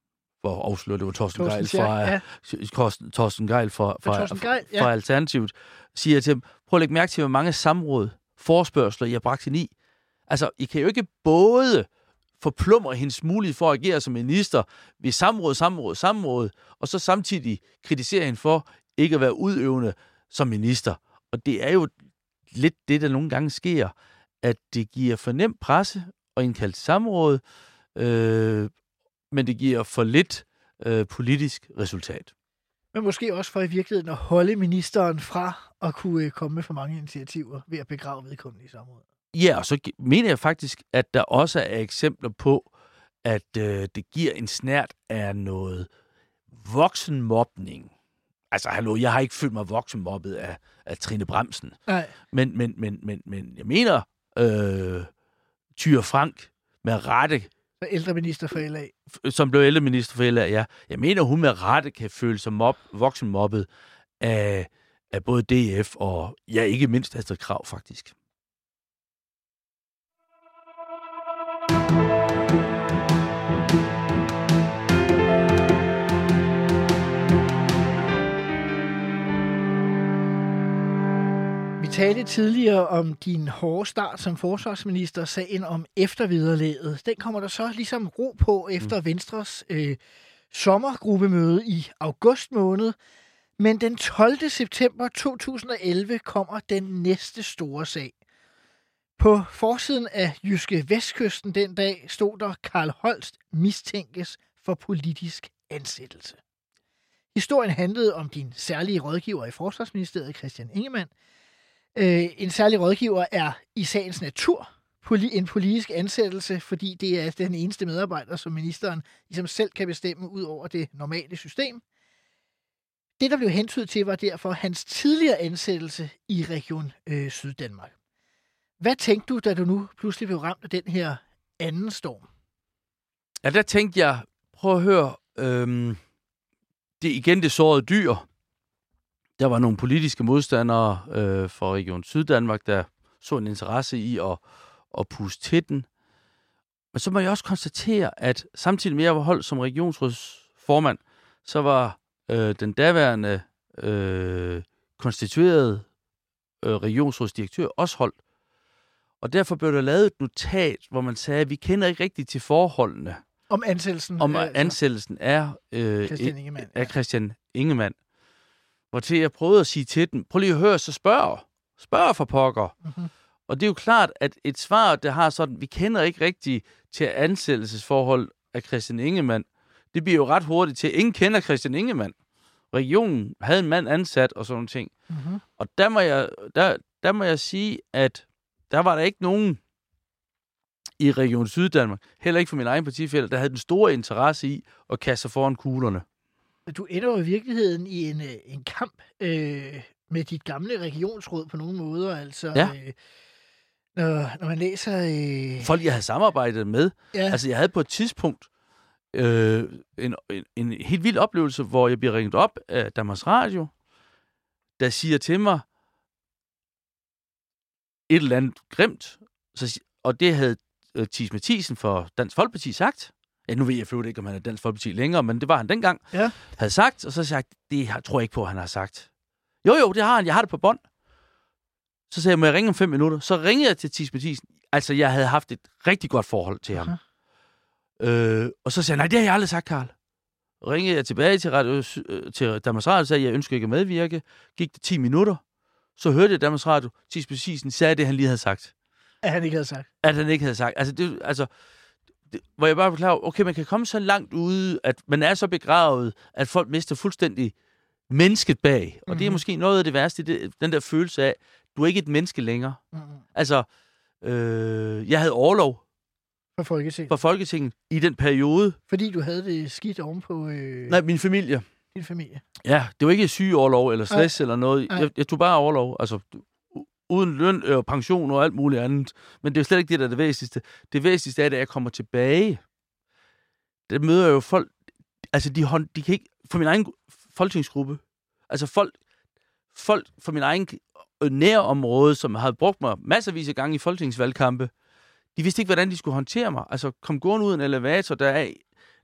hvor afslører det var Torsten Torsten Gejl Schack, fra, ja. Torsten, Torsten Gejl fra, fra, Torsten Gejl, ja. fra Alternativet, siger til dem, prøv at lægge mærke til, hvor mange samråd, forespørgsler, I har bragt ind i. Altså, I kan jo ikke både forplumre hendes mulighed for at agere som minister ved samråd, samråd, samråd, og så samtidig kritisere hende for ikke at være udøvende som minister. Og det er jo lidt det, der nogle gange sker, at det giver for nem presse og indkalde til samråd, øh, men det giver for lidt øh, politisk resultat. Men måske også for i virkeligheden at holde ministeren fra at kunne komme med for mange initiativer ved at begrave vedkommende i samråd. Ja, og så mener jeg faktisk, at der også er eksempler på, at øh, det giver en snert af noget voksenmobning. Altså, hallo, jeg har ikke følt mig voksenmobbet af, af Trine Bramsen. Nej. Men, men, men, men, men jeg mener, øh, Thyra Frank med rette... Ældreminister for L A. Som blev ældreminister for L A, ja. Jeg mener, hun med rette kan føle sig mob, voksenmobbet af, af både D F og, ja, ikke mindst Astrid Krag, faktisk. Vi talte tidligere om din hårde start som forsvarsminister, sagen om eftervederlaget. Den kommer der så ligesom ro på efter mm. Venstres øh, sommergruppemøde i august måned. Men den tolvte september to tusind og elleve kommer den næste store sag. På forsiden af Jyske Vestkysten den dag stod der, Carl Holst mistænkes for politisk ansættelse. Historien handlede om din særlige rådgiver i Forsvarsministeriet, Christian Ingemann. Øh, en særlig rådgiver er i sagens natur en politisk ansættelse, fordi det er den eneste medarbejder, som ministeren ligesom selv kan bestemme ud over det normale system. Det, der blev hentydet til, var derfor hans tidligere ansættelse i Region øh, Syddanmark. Hvad tænkte du, da du nu pludselig blev ramt af den her anden storm? Ja, der tænkte jeg, prøv at høre, øhm, det igen det sårede dyr. Der var nogle politiske modstandere øh, fra Region Syddanmark, der så en interesse i at, at puste til den. Men så må jeg også konstatere, at samtidig med at jeg var holdt som regionsrådsformand, så var øh, den daværende øh, konstituerede øh, regionsrådsdirektør også holdt. Og derfor blev der lavet et notat, hvor man sagde, at vi kender ikke rigtigt til forholdene. Om ansættelsen? Om altså, ansættelsen er, øh, Christian Ingemann, af Christian Ingemann. Hvor til jeg prøvede at sige til den, prøv lige at høre, så spørg. Spørg for pokker. Mm-hmm. Og det er jo klart, at et svar, der har sådan, vi kender ikke rigtigt til ansættelsesforhold af Christian Ingemann, det bliver jo ret hurtigt til, ingen kender Christian Ingemann. Regionen havde en mand ansat og sådan nogle ting. Mm-hmm. Og der må, jeg, der, der må jeg sige, at der var der ikke nogen i Region Syddanmark, heller ikke for min egen partifælle, der havde den store interesse i at kaste sig foran kuglerne. Du ender jo i virkeligheden i en, en kamp øh, med dit gamle regionsråd på nogle måder. Altså, ja. øh, når, når man læser... Øh... Folk, jeg havde samarbejdet med. Ja. Altså, jeg havde på et tidspunkt øh, en, en, en helt vild oplevelse, hvor jeg bliver ringet op af Danmarks Radio, der siger til mig et eller andet grimt, så, og det havde øh, Thies Mathisen for Dansk Folkeparti sagt. Ja, nu ved jeg for ikke, om han er Dansk Folkeparti længere, men det var han dengang. Ja. Havde sagt, og så sagt, det tror jeg ikke på, han har sagt. Jo, jo, det har han. Jeg har det på bånd. Så sagde jeg, må jeg ringe om fem minutter? Så ringede jeg til Thies Mathisen. Altså, jeg havde haft et rigtig godt forhold til ham. Uh-huh. Øh, og så sagde jeg, nej, det har jeg aldrig sagt, Carl. Ringede jeg tilbage til, radio, til Danmarks Radio og sagde, jeg ønsker ikke at medvirke. Gik det ti minutter. Så hørte jeg Danmarks Radio. Thies Mathisen sagde det, han lige havde sagt. At han ikke havde sagt. At han ikke havde sagt. Altså, det, altså det, hvor jeg bare var klar, okay, man kan komme så langt ude, at man er så begravet, at folk mister fuldstændig mennesket bag. Og mm-hmm. det er måske noget af det værste, det, den der følelse af, du er ikke et menneske længere. Mm-hmm. Altså, øh, jeg havde orlov for Folketinget. for Folketinget i den periode. Fordi du havde det skidt ovenpå... Øh... Nej, min familie. Din familie. Ja, det var ikke sygeorlov eller stress Ej. eller noget. Jeg, jeg tog bare orlov. Altså, uden løn og pension og alt muligt andet. Men det er slet ikke det, der er det væsentligste. Det væsentligste er, at jeg kommer tilbage. Der møder jo folk... Altså, de, hånd, de kan ikke... For min egen folketingsgruppe. Altså, folk, folk fra min egen nærområde, som har brugt mig masservis af gange i folketingsvalgkampe, de vidste ikke, hvordan de skulle håndtere mig. Altså, kom gående ud af en elevator, der er,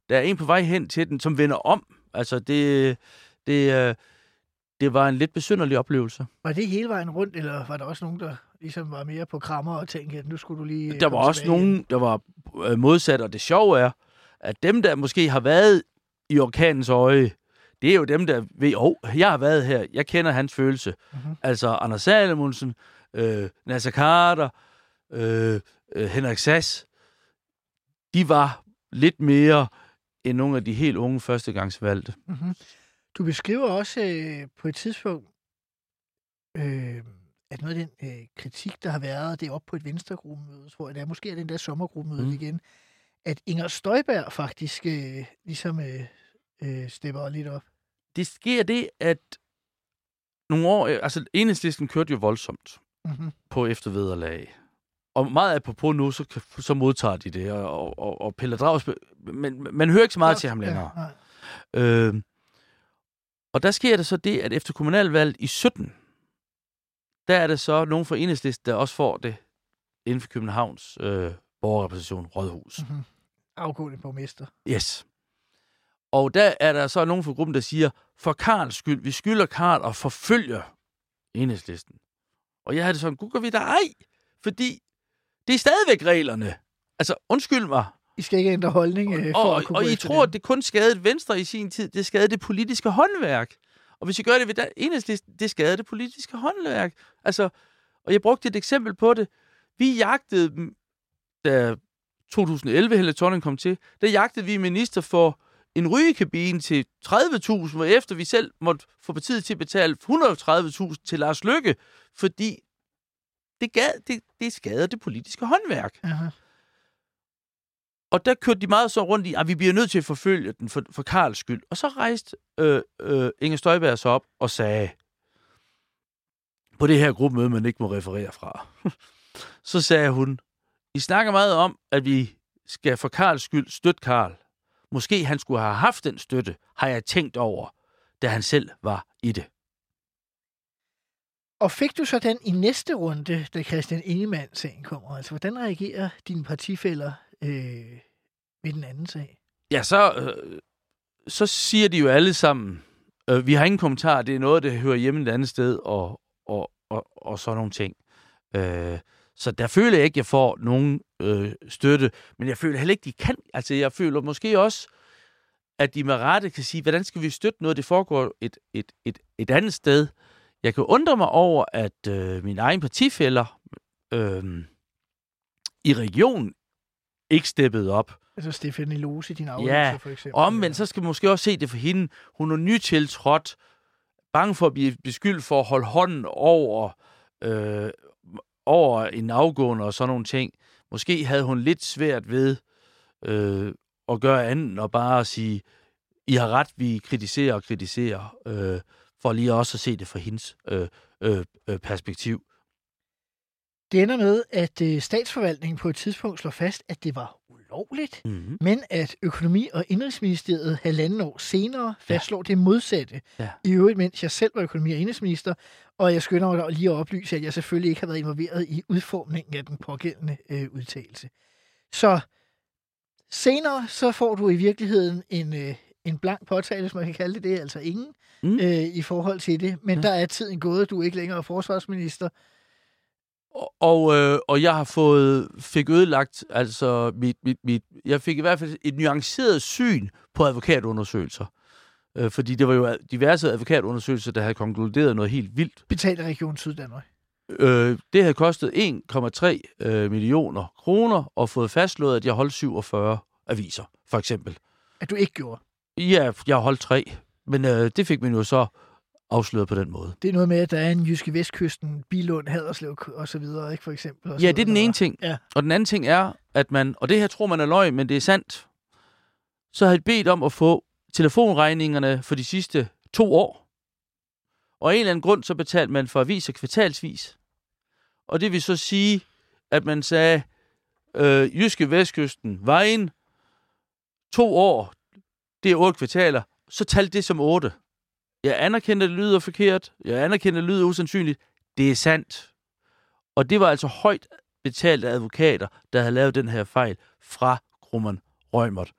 der er en på vej hen til den, som vender om. Altså, det, det, øh, det var en lidt besynderlig oplevelse. Var det hele vejen rundt, eller var der også nogen, der ligesom var mere på krammer og tænkte, at nu skulle du lige... Der var også nogen, igen. der var modsat, og det sjove er, at dem, der måske har været i orkanens øje, det er jo dem, der ved, åh, oh, jeg har været her, jeg kender hans følelse. Mm-hmm. Altså Anders Salomonsen, øh, Nasser Carter, øh, øh, Henrik Sass, de var lidt mere end nogle af de helt unge førstegangsvalgte. Mm-hmm. Du beskriver også øh, på et tidspunkt, øh, at noget af den øh, kritik, der har været, det er oppe på et venstregruppemøde, tror jeg, det er måske er den der sommergruppemøde mm. igen, at Inger Støjberg faktisk øh, ligesom øh, øh, stepper lidt op. Det sker det, at nogle år, altså Enhedslisten kørte jo voldsomt mm-hmm. på eftervederlag. Og meget apropos nu, så, så modtager de det, og, og, og Pelle Dragsted, men man hører ikke så meget ja, til ham længere. Ja, øh, og der sker det så det, at efter kommunalvalget i sytten, der er det så nogen fra Enhedslisten, der også får det inden for Københavns øh, borgerrepræsentation Rådhus. Mm-hmm. Afgående borgmester. Yes. Og der er der så nogen fra gruppen, der siger, for Karls skyld, vi skylder Karl og forfølger Enhedslisten. Og jeg havde det sådan, gud gør vi da ej, fordi det er stadigvæk reglerne. Altså, undskyld mig. I skal ikke ændre holdning øh, for og, at kunne Og, og I tror, dem. at det kun skadede Venstre i sin tid. Det skadede det politiske håndværk. Og hvis I gør det ved Enhedslisten, det skadede det politiske håndværk. Altså, og jeg brugte et eksempel på det. Vi jagtede, da to tusind og elleve Helle Thorning kom til, der jagtede vi minister for en rygekabine til tredive tusind, hvor efter vi selv måtte få partiet til at betale et hundrede og tredive tusind til Lars Løkke, fordi det, gad, det, det skadede det politiske håndværk. Aha. Og der kørte de meget så rundt i, at vi bliver nødt til at forfølge den for, for Karls skyld. Og så rejste øh, øh, Inger Støjberg så op og sagde, på det her gruppemøde, man ikke må referere fra, så sagde hun, I snakker meget om, at vi skal for Karls skyld støtte Karl. Måske han skulle have haft den støtte, har jeg tænkt over, da han selv var i det. Og fik du så den i næste runde, da Christian Ingemann-sagen kommer? Altså, hvordan reagerer dine partifæller øh, ved den anden sag? Ja, så, øh, så siger de jo alle sammen, øh, vi har ingen kommentar, det er noget, der hører hjemme et andet sted, og, og, og, og sådan nogle ting. Øh, så der føler jeg ikke, at jeg får nogen øh, støtte, men jeg føler heller ikke, de kan. Altså, jeg føler måske også, at de med rette kan sige, hvordan skal vi støtte noget, det foregår et, et, et, et andet sted. Jeg kan undre mig over, at øh, mine egne partifæller øh, i regionen ikke steppede op. Altså Stefanie Lose, din afløser, ja, for eksempel. omvendt, så skal man måske også se det for hende. Hun er nytiltrådt, bange for at blive beskyldt for at holde hånden over, øh, over en afgående og sådan nogle ting. Måske havde hun lidt svært ved øh, at gøre andet og bare sige, I har ret, vi kritiserer og kritiserer, øh, for lige også at se det fra hendes øh, øh, perspektiv. Det ender med, at øh, statsforvaltningen på et tidspunkt slår fast, at det var ulovligt, mm-hmm. men at økonomi- og indrigsministeriet halvanden år senere fastslår ja. det modsatte. Ja. I øvrigt, mens jeg selv var økonomi- og indrigsminister, og jeg skynder mig lige at oplyse, at jeg selvfølgelig ikke har været involveret i udformningen af den pågældende øh, udtalelse. Så senere så får du i virkeligheden en, øh, en blank påtale, hvis man kan kalde det det, altså ingen, mm. øh, i forhold til det. Men ja. der er tiden gået, du er ikke længere forsvarsminister. Og, øh, og jeg har fået, fik ødelagt, altså, mit, mit, mit, jeg fik i hvert fald et nuanceret syn på advokatundersøgelser. Øh, fordi det var jo diverse advokatundersøgelser, der havde konkluderet noget helt vildt. Betalt af Region Syddanmark. Øh, det havde kostet en komma tre øh, millioner kroner, og fået fastslået, at jeg holdt syvogfyrre aviser, for eksempel. At du ikke gjorde? Ja, jeg har holdt tre. Men øh, det fik man jo så afsløret på den måde. Det er noget med, at der er en Jyske Vestkysten, Billund, Haderslev og så videre, ikke for eksempel? Og ja, det er den ene ting. Ja. Og den anden ting er, at man, og det her tror man er løgn, men det er sandt, så har jeg bedt om at få telefonregningerne for de sidste to år. Og af en eller anden grund, så betalte man for aviser kvartalsvis. Og det vil så sige, at man sagde, øh, Jyske Vestkysten, Vejen, to år, det er otte kvartaler, så talte det som otte. Jeg anerkender, at det lyder forkert. Jeg anerkender, at det lyder usandsynligt. Det er sandt. Og det var altså højt betalte advokater, der havde lavet den her fejl fra Grumman Reumert.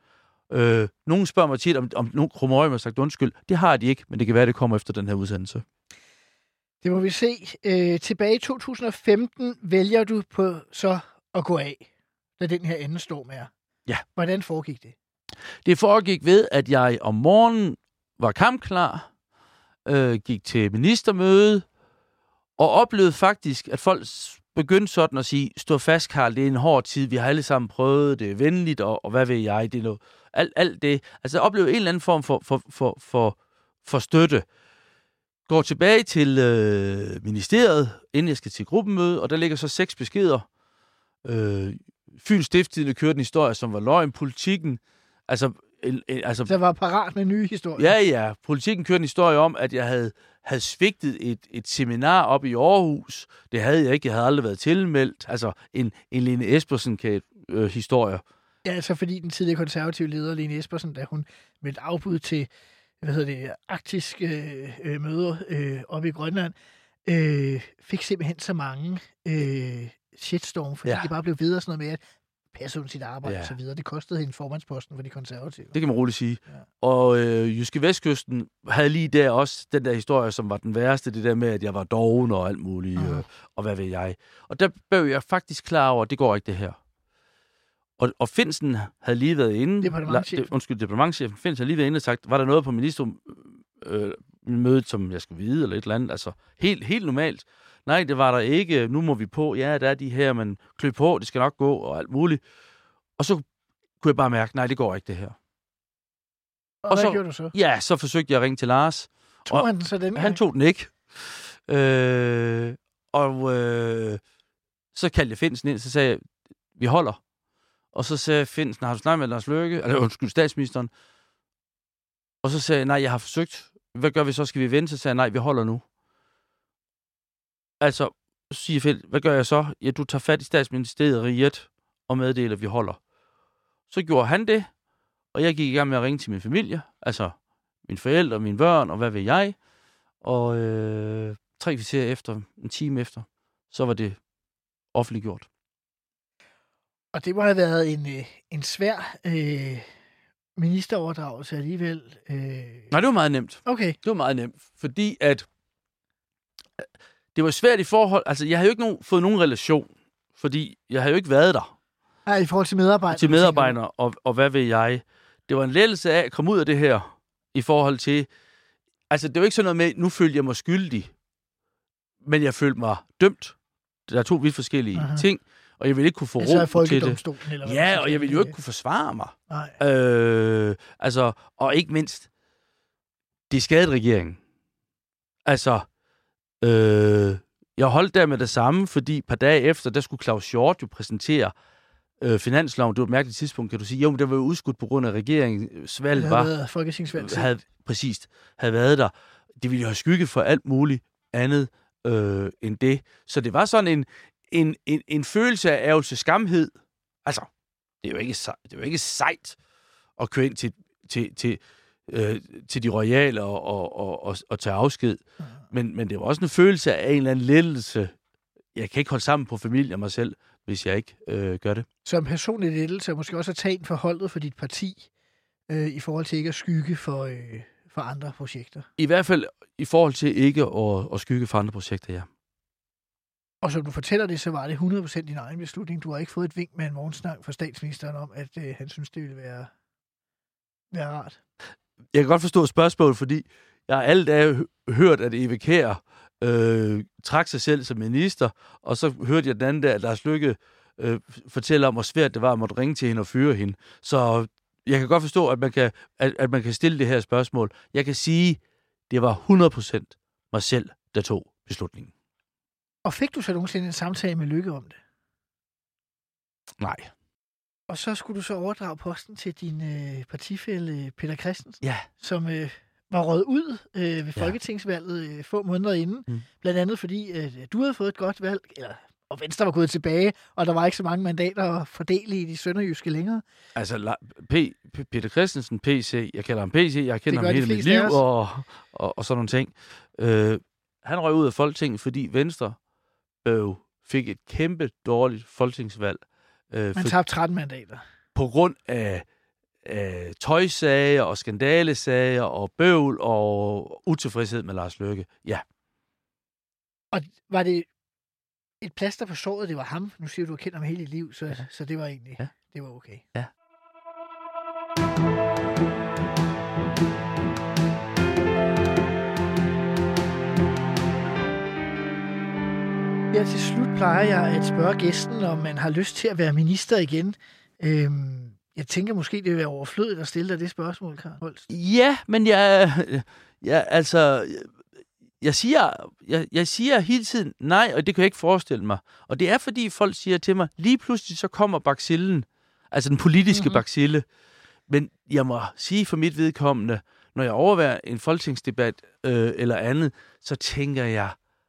Øh, nogen spørger mig tit, om, om nogen krumøje har sagt undskyld. Det har de ikke, men det kan være, det kommer efter den her udsendelse. Det må vi se. Øh, tilbage i to tusind og femten vælger du på så at gå af, da den her ende står med jer. Ja. Hvordan foregik det? Det foregik ved, at jeg om morgenen var kampklar, øh, gik til ministermøde, og oplevede faktisk, at folk begyndte sådan at sige, stå fast, Karl, det er en hård tid, vi har alle sammen prøvet, det er venligt, og, og hvad ved jeg, det er noget, alt, alt det. Altså jeg oplevede en eller anden form for, for, for, for, for støtte. Går tilbage til øh, ministeriet, inden jeg skal til gruppemøde, og der ligger så seks beskeder. Øh, Fyns Stiftstidende kørte en historie, som var løgn. Politikken, altså... En, en, altså så var parat med nye historier. Ja, ja. Politikken kørte en historie om, at jeg havde, havde svigtet et, et seminar op i Aarhus. Det havde jeg ikke. Jeg havde aldrig været tilmeldt. Altså en, en Lene Espersen-historie. Ja, altså fordi den tidligere konservative leder, Lene Espersen, da hun med et afbud til hvad hedder det, arktiske øh, møder øh, oppe i Grønland, øh, fik simpelthen så mange øh, shitstorm, fordi ja. det bare blev videre sådan noget med, at passer hun sit arbejde ja. og så videre. Det kostede hende formandsposten for de konservative. Det kan man roligt sige. Ja. Og øh, Jyske Vestkysten havde lige der også den der historie, som var den værste, det der med, at jeg var doven og alt muligt, uh-huh. øh, og hvad ved jeg. Og der blev jeg faktisk klar over, at det går ikke det her. Og, og Finsen havde lige været inde... Departementchefen. La, undskyld, departementchefen. Finsen havde lige været inde og sagt, var der noget på ministermødet, øh, som jeg skal vide, eller et eller andet. Altså, helt, helt normalt. Nej, det var der ikke. Nu må vi på. Ja, der er de her, men kløb på, det skal nok gå, og alt muligt. Og så kunne jeg bare mærke, nej, det går ikke, det her. Og, og hvad så, gjorde du så? Ja, så forsøgte jeg at ringe til Lars. Tog han den så den? Han tog den ikke. Øh, og øh, så kaldte jeg Finsen ind, så sagde jeg, vi holder. Og så sagde Finsen, har du snakket med Lars Løkke? Eller undskyld, statsministeren. Og så sagde jeg, nej, jeg har forsøgt. Hvad gør vi så? Skal vi vente? Så sagde jeg, nej, vi holder nu. Altså, så siger Finsen, hvad gør jeg så? Ja, du tager fat i statsministeriet Riget og meddeler, at vi holder. Så gjorde han det, og jeg gik i gang med at ringe til min familie. Altså, mine forældre, mine børn, og hvad ved jeg. Og øh, tre kvarter efter, en time efter, så var det offentliggjort. Og det må have været en, en svær øh, ministeroverdragelse alligevel. Øh... Nej, det var meget nemt. Okay. Det var meget nemt, fordi at det var svært i forhold... Altså, jeg havde jo ikke nogen, fået nogen relation, fordi jeg havde jo ikke været der. Nej, i forhold til medarbejdere. Til medarbejdere, og, og hvad ved jeg. Det var en lettelse af at komme ud af det her, i forhold til... Altså, det var ikke sådan noget med, nu følte jeg mig skyldig, men jeg følte mig dømt. Der er to vidt forskellige Aha. ting. Og jeg ville ikke kunne få ro til det. Eller hvad ja, og jeg ville jo ikke kunne forsvare mig. Nej. Øh, altså, og ikke mindst, det skadede regeringen. Altså, øh, jeg holdt der med det samme, fordi et par dage efter, der skulle Claus Hjort jo præsentere øh, finansloven. Det var et mærkeligt tidspunkt, kan du sige. Jo, men det var jo udskudt på grund af regeringens valg. Det havde været folketingsvalg. Havde, præcis, havde været der. Det ville jo have skygget for alt muligt andet øh, end det. Så det var sådan en En, en, en følelse af ærgelse, skamhed. Altså, det er jo ikke, det er jo ikke sejt at køre ind til, til, til, øh, til de royale og, og, og, og, og tage afsked. Ja. Men, men det var også en følelse af en eller anden lettelse. Jeg kan ikke holde sammen på familie og mig selv, hvis jeg ikke øh, gør det. Så en personlig lettelse, og måske også at tage en forholdet for dit parti, øh, i forhold til ikke at skygge for, øh, for andre projekter. I hvert fald i forhold til ikke at, at skygge for andre projekter, ja. Og som du fortæller det, så var det hundrede procent din egen beslutning. Du har ikke fået et vink med en morgensnak fra statsministeren om, at øh, han synes, det ville være, være rart. Jeg kan godt forstå spørgsmålet, fordi jeg har alle dage hørt, at Eva Kjær øh, trak sig selv som minister, og så hørte jeg den anden dag, at Lars Løkke øh, fortæller om, hvor svært det var at måtte ringe til hende og fyre hende. Så jeg kan godt forstå, at man kan, at, at man kan stille det her spørgsmål. Jeg kan sige, det var hundrede procent mig selv, der tog beslutningen. Og fik du så nogensinde en samtale med Løkke om det? Nej. Og så skulle du så overdrage posten til din øh, partifælle Peter Christensen, ja. som øh, var røget ud øh, ved ja. Folketingsvalget øh, få måneder inden. Mm. Blandt andet fordi, øh, du havde fået et godt valg, eller, og Venstre var gået tilbage, og der var ikke så mange mandater at fordele i de sønderjyske længere. Altså, P, P, Peter Christensen, P C, jeg kalder ham P C, jeg kender ham hele mit liv, og, og, og sådan nogle ting. Øh, han røg ud af Folketinget, fordi Venstre øh, fik et kæmpe dårligt folketingsvalg. Øh, Man tabte tretten mandater. På grund af af tøjsager og skandalesager og bøvl og utilfredshed med Lars Løkke. Ja. Og var det et plaster på såret, det var ham? Nu siger du, du kender ham hele dit liv, så, ja. så det var egentlig, ja. det var okay. Ja. Her til slut plejer jeg at spørge gæsten, om man har lyst til at være minister igen. Øhm, jeg tænker måske, det vil være overflødigt at stille dig det spørgsmål, Carl Holst. Ja, men jeg, jeg altså, jeg siger, jeg, jeg siger hele tiden nej, og det kan jeg ikke forestille mig. Og det er, fordi folk siger til mig, lige pludselig så kommer bacillen, altså den politiske mm-hmm. bacille. Men jeg må sige for mit vedkommende, når jeg overværer en folketingsdebat øh, eller andet, så tænker jeg,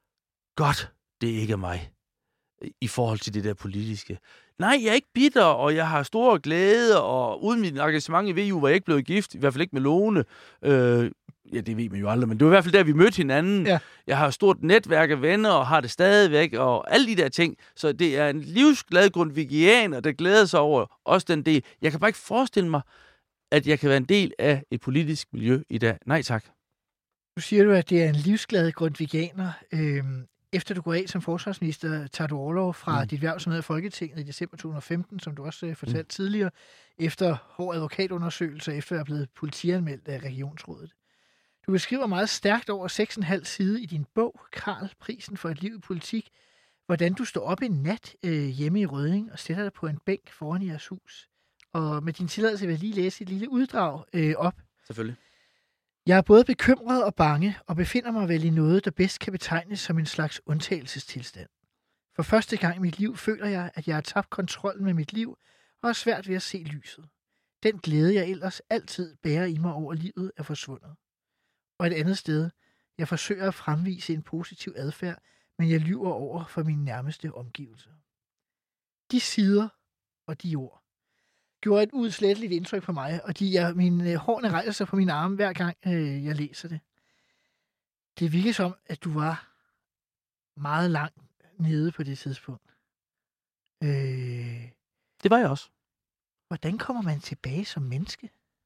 godt, det ikke er mig i forhold til det der politiske. Nej, jeg er ikke bitter, og jeg har store glæde, og uden mit engagement i V U var jeg ikke blevet gift, i hvert fald ikke med Lone. Øh, ja, det ved man jo aldrig, men det var i hvert fald der, vi mødte hinanden. Ja. Jeg har et stort netværk af venner, og har det stadigvæk, og alle de der ting. Så det er en livsglad grundvigianer, der glæder sig over også den del. Jeg kan bare ikke forestille mig, at jeg kan være en del af et politisk miljø i dag. Nej, tak. Nu siger du, at det er en livsglad grundvigianer. Øhm Efter du går af som forsvarsminister, tager du orlov fra mm. dit hverv som medlem af Folketinget i december to tusind og femten, som du også fortalte mm. tidligere, efter hård advokatundersøgelse, efter at være blevet politianmeldt af regionsrådet. Du beskriver meget stærkt over seks og en halv side i din bog, Carl, prisen for et liv i politik, hvordan du står op en nat øh, hjemme i Rødding og sætter dig på en bænk foran jeres hus. Og med din tilladelse vil jeg lige læse et lille uddrag øh, op. Selvfølgelig. Jeg er både bekymret og bange, og befinder mig vel i noget, der bedst kan betegnes som en slags undtagelsestilstand. For første gang i mit liv føler jeg, at jeg har tabt kontrollen med mit liv, og er svært ved at se lyset. Den glæde, jeg ellers altid bærer i mig over livet, er forsvundet. Og et andet sted, jeg forsøger at fremvise en positiv adfærd, men jeg lyver over for mine nærmeste omgivelser. De sider og de ord gjorde et udsletteligt indtryk på mig, og de, jeg, mine hårene rejser sig på mine arme, hver gang øh, jeg læser det. Det virker som, at du var meget langt nede på det tidspunkt. Øh, det var jeg også. Hvordan kommer man tilbage som menneske?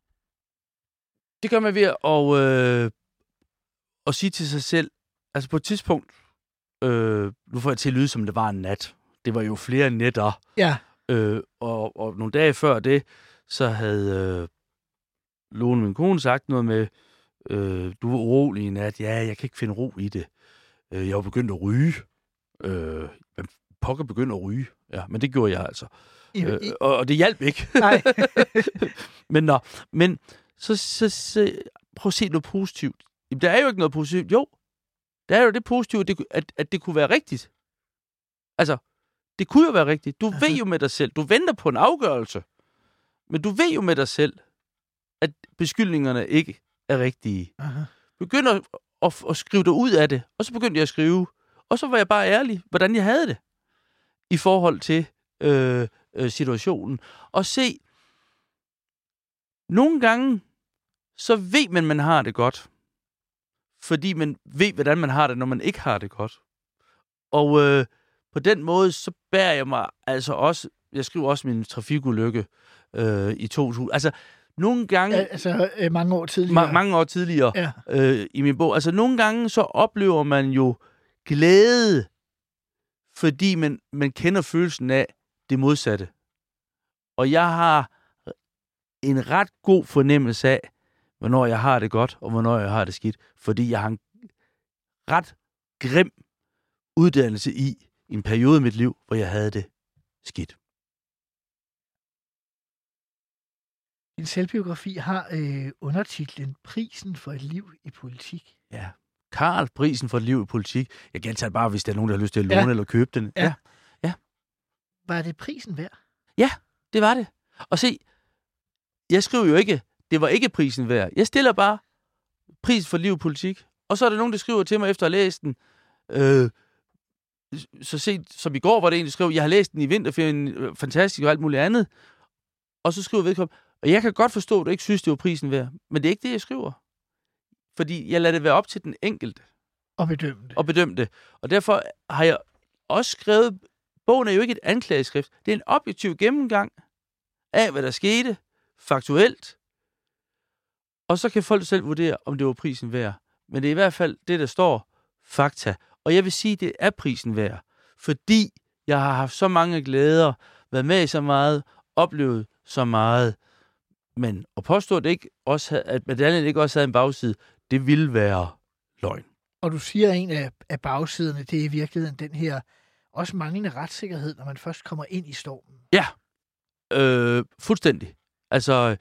Det gør man ved at, øh, at sige til sig selv, altså på et tidspunkt, øh, nu får jeg til at lyde, som det var en nat. Det var jo flere nætter. Ja. Øh, og, og nogle dage før det, så havde øh, Lone, min kone, sagt noget med, øh, du var urolig i nat. Ja, jeg kan ikke finde ro i det. Øh, jeg var begyndt at ryge. Øh, hvem pokker begyndte at ryge? Ja, men det gjorde jeg altså. I, øh, i... Og, og det hjalp ikke. Nej. men nå, men så, så, så prøv at se noget positivt. Jamen, der er jo ikke noget positivt. Jo, der er jo det positive, at det, at, at det kunne være rigtigt. Altså, det kunne jo være rigtigt. Du ved jo med dig selv. Du venter på en afgørelse. Men du ved jo med dig selv, at beskyldningerne ikke er rigtige. Aha. Begynd at, at, at skrive dig ud af det. Og så begyndte jeg at skrive. Og så var jeg bare ærlig, hvordan jeg havde det. I forhold til øh, øh, situationen. Og se, nogle gange, så ved man, man har det godt. Fordi man ved, hvordan man har det, når man ikke har det godt. Og øh, på den måde, så bærer jeg mig altså også, jeg skriver også min trafikulykke øh, i to tusind. Altså, nogle gange... Altså, øh, mange år tidligere. Ma- mange år tidligere ja. øh, i min bog. Altså, nogle gange, så oplever man jo glæde, fordi man, man kender følelsen af det modsatte. Og jeg har en ret god fornemmelse af, hvornår jeg har det godt, og hvornår jeg har det skidt. Fordi jeg har en ret grim uddannelse i en periode i mit liv, hvor jeg havde det skidt. Din selvbiografi har øh, undertitlen Prisen for et liv i politik. Ja. Carl, prisen for et liv i politik. Jeg gentager bare, hvis der er nogen, der har lyst til at låne ja. eller købe den. Ja. ja. ja. Var det prisen værd? Ja, det var det. Og se, jeg skriver jo ikke, det var ikke prisen værd. Jeg stiller bare pris for liv i politik. Og så er der nogen, der skriver til mig efter at have læst den. Øh, så sent som i går var det en, der skrev, jeg har læst den i vinterferien, fantastisk og alt muligt andet. Og så skriver vedkommende, og jeg kan godt forstå, at du ikke synes, det var prisen værd. Men det er ikke det, jeg skriver. Fordi jeg lader det være op til den enkelte. Og bedømme det. Og bedømme det. Og derfor har jeg også skrevet, bogen er jo ikke et anklageskrift. Det er en objektiv gennemgang af, hvad der skete faktuelt, og så kan folk selv vurdere, om det var prisen værd. Men det er i hvert fald det, der står, fakta. Og jeg vil sige, det er prisen værd, fordi jeg har haft så mange glæder, været med i så meget, oplevet så meget. Men at påstå, at, det ikke også havde, at medaljen ikke også havde en bagside, det ville være løgn. Og du siger, at en af, af bagsiderne, det er i virkeligheden den her også manglende retssikkerhed, når man først kommer ind i stormen. Ja, øh, fuldstændig. Altså,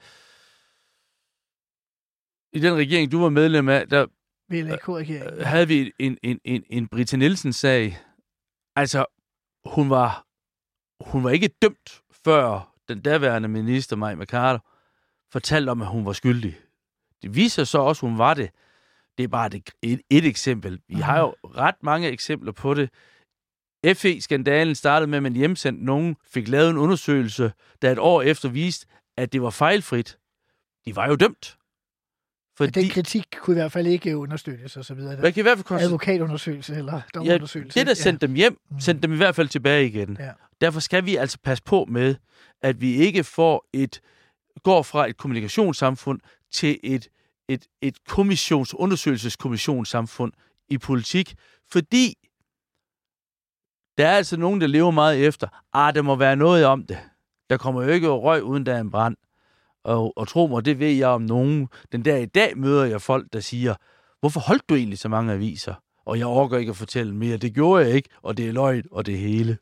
i den regering, du var medlem af, der V L A K-regeringen. Øh, havde vi en, en, en, en Britta Nielsen-sag. Altså, hun var, hun var ikke dømt, før den daværende minister, Mai Mercado, fortalte om, at hun var skyldig. Det viser så også, at hun var det. Det er bare et, et, et eksempel. Vi har jo ret mange eksempler på det. F E-skandalen startede med, at man hjemsendte nogen, fik lavet en undersøgelse, der et år efter viste, at det var fejlfrit. De var jo dømt. Fordi den kritik kunne i hvert fald ikke understøttes og så videre. Man kan i hvert fald koste... Advokatundersøgelse eller dommerundersøgelse. Ja, det, der sendte ja. dem hjem, sendte dem i hvert fald tilbage igen. Ja. Derfor skal vi altså passe på med, at vi ikke får et, går fra et kommunikationssamfund til et, et, et kommissions, undersøgelseskommissionssamfund i politik, fordi der er altså nogen, der lever meget efter, ah, der må være noget om det. Der kommer jo ikke røg, uden der er en brand. Og, og tro mig, det ved jeg om nogen. Den der i dag møder jeg folk, der siger, hvorfor holdt du egentlig så mange aviser? Og jeg orker ikke at fortælle mere. Det gjorde jeg ikke, og det er løgn, og det hele.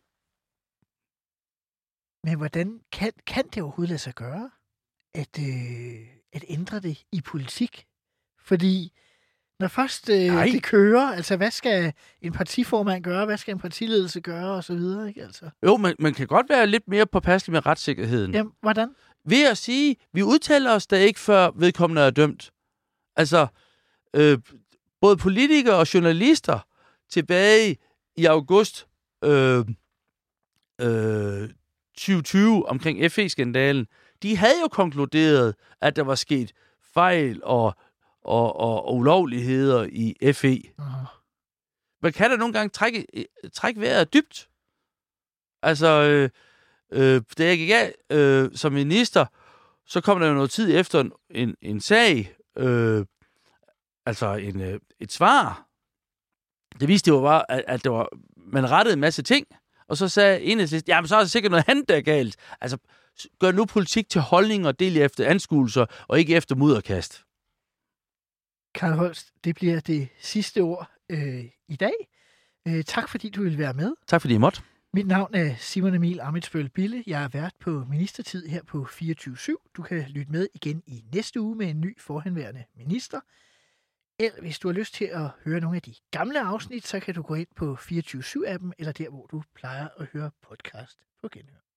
Men hvordan kan, kan det overhovedet lade sig gøre, at, øh, at ændre det i politik? Fordi når først øh, det kører, altså hvad skal en partiformand gøre, hvad skal en partiledelse gøre, og så videre, ikke altså? Jo, man, man kan godt være lidt mere påpasselig med retssikkerheden. Jamen, hvordan? Ved at sige, vi udtaler os da ikke, før vedkommende er dømt. Altså, øh, både politikere og journalister tilbage i august øh, øh, tyve tyve omkring F E-skandalen, de havde jo konkluderet, at der var sket fejl og, og, og, og ulovligheder i F E. Uh-huh. Man kan da nogle gange trække, trække vejret dybt. Altså... Øh, Øh, da jeg gik af øh, som minister, så kom der jo noget tid efter en, en, en sag, øh, altså en, øh, et svar. Det viste jo bare, at, at det var, man rettede en masse ting, og så sagde Enhedslisten, jamen så er der sikkert noget andet, der er galt. Altså, gør nu politik til holdning og del efter anskuelser, og ikke efter mudderkast. Carl Holst, det bliver det sidste ord øh, i dag. Øh, tak fordi du ville være med. Tak fordi I måtte. Mit navn er Simon Emil Ammitzbøll Bille. Jeg er vært på Ministertid her på fireogtyve syv. Du kan lytte med igen i næste uge med en ny forhenværende minister. Eller hvis du har lyst til at høre nogle af de gamle afsnit, så kan du gå ind på fireogtyve syv appen eller der, hvor du plejer at høre podcast på genhør.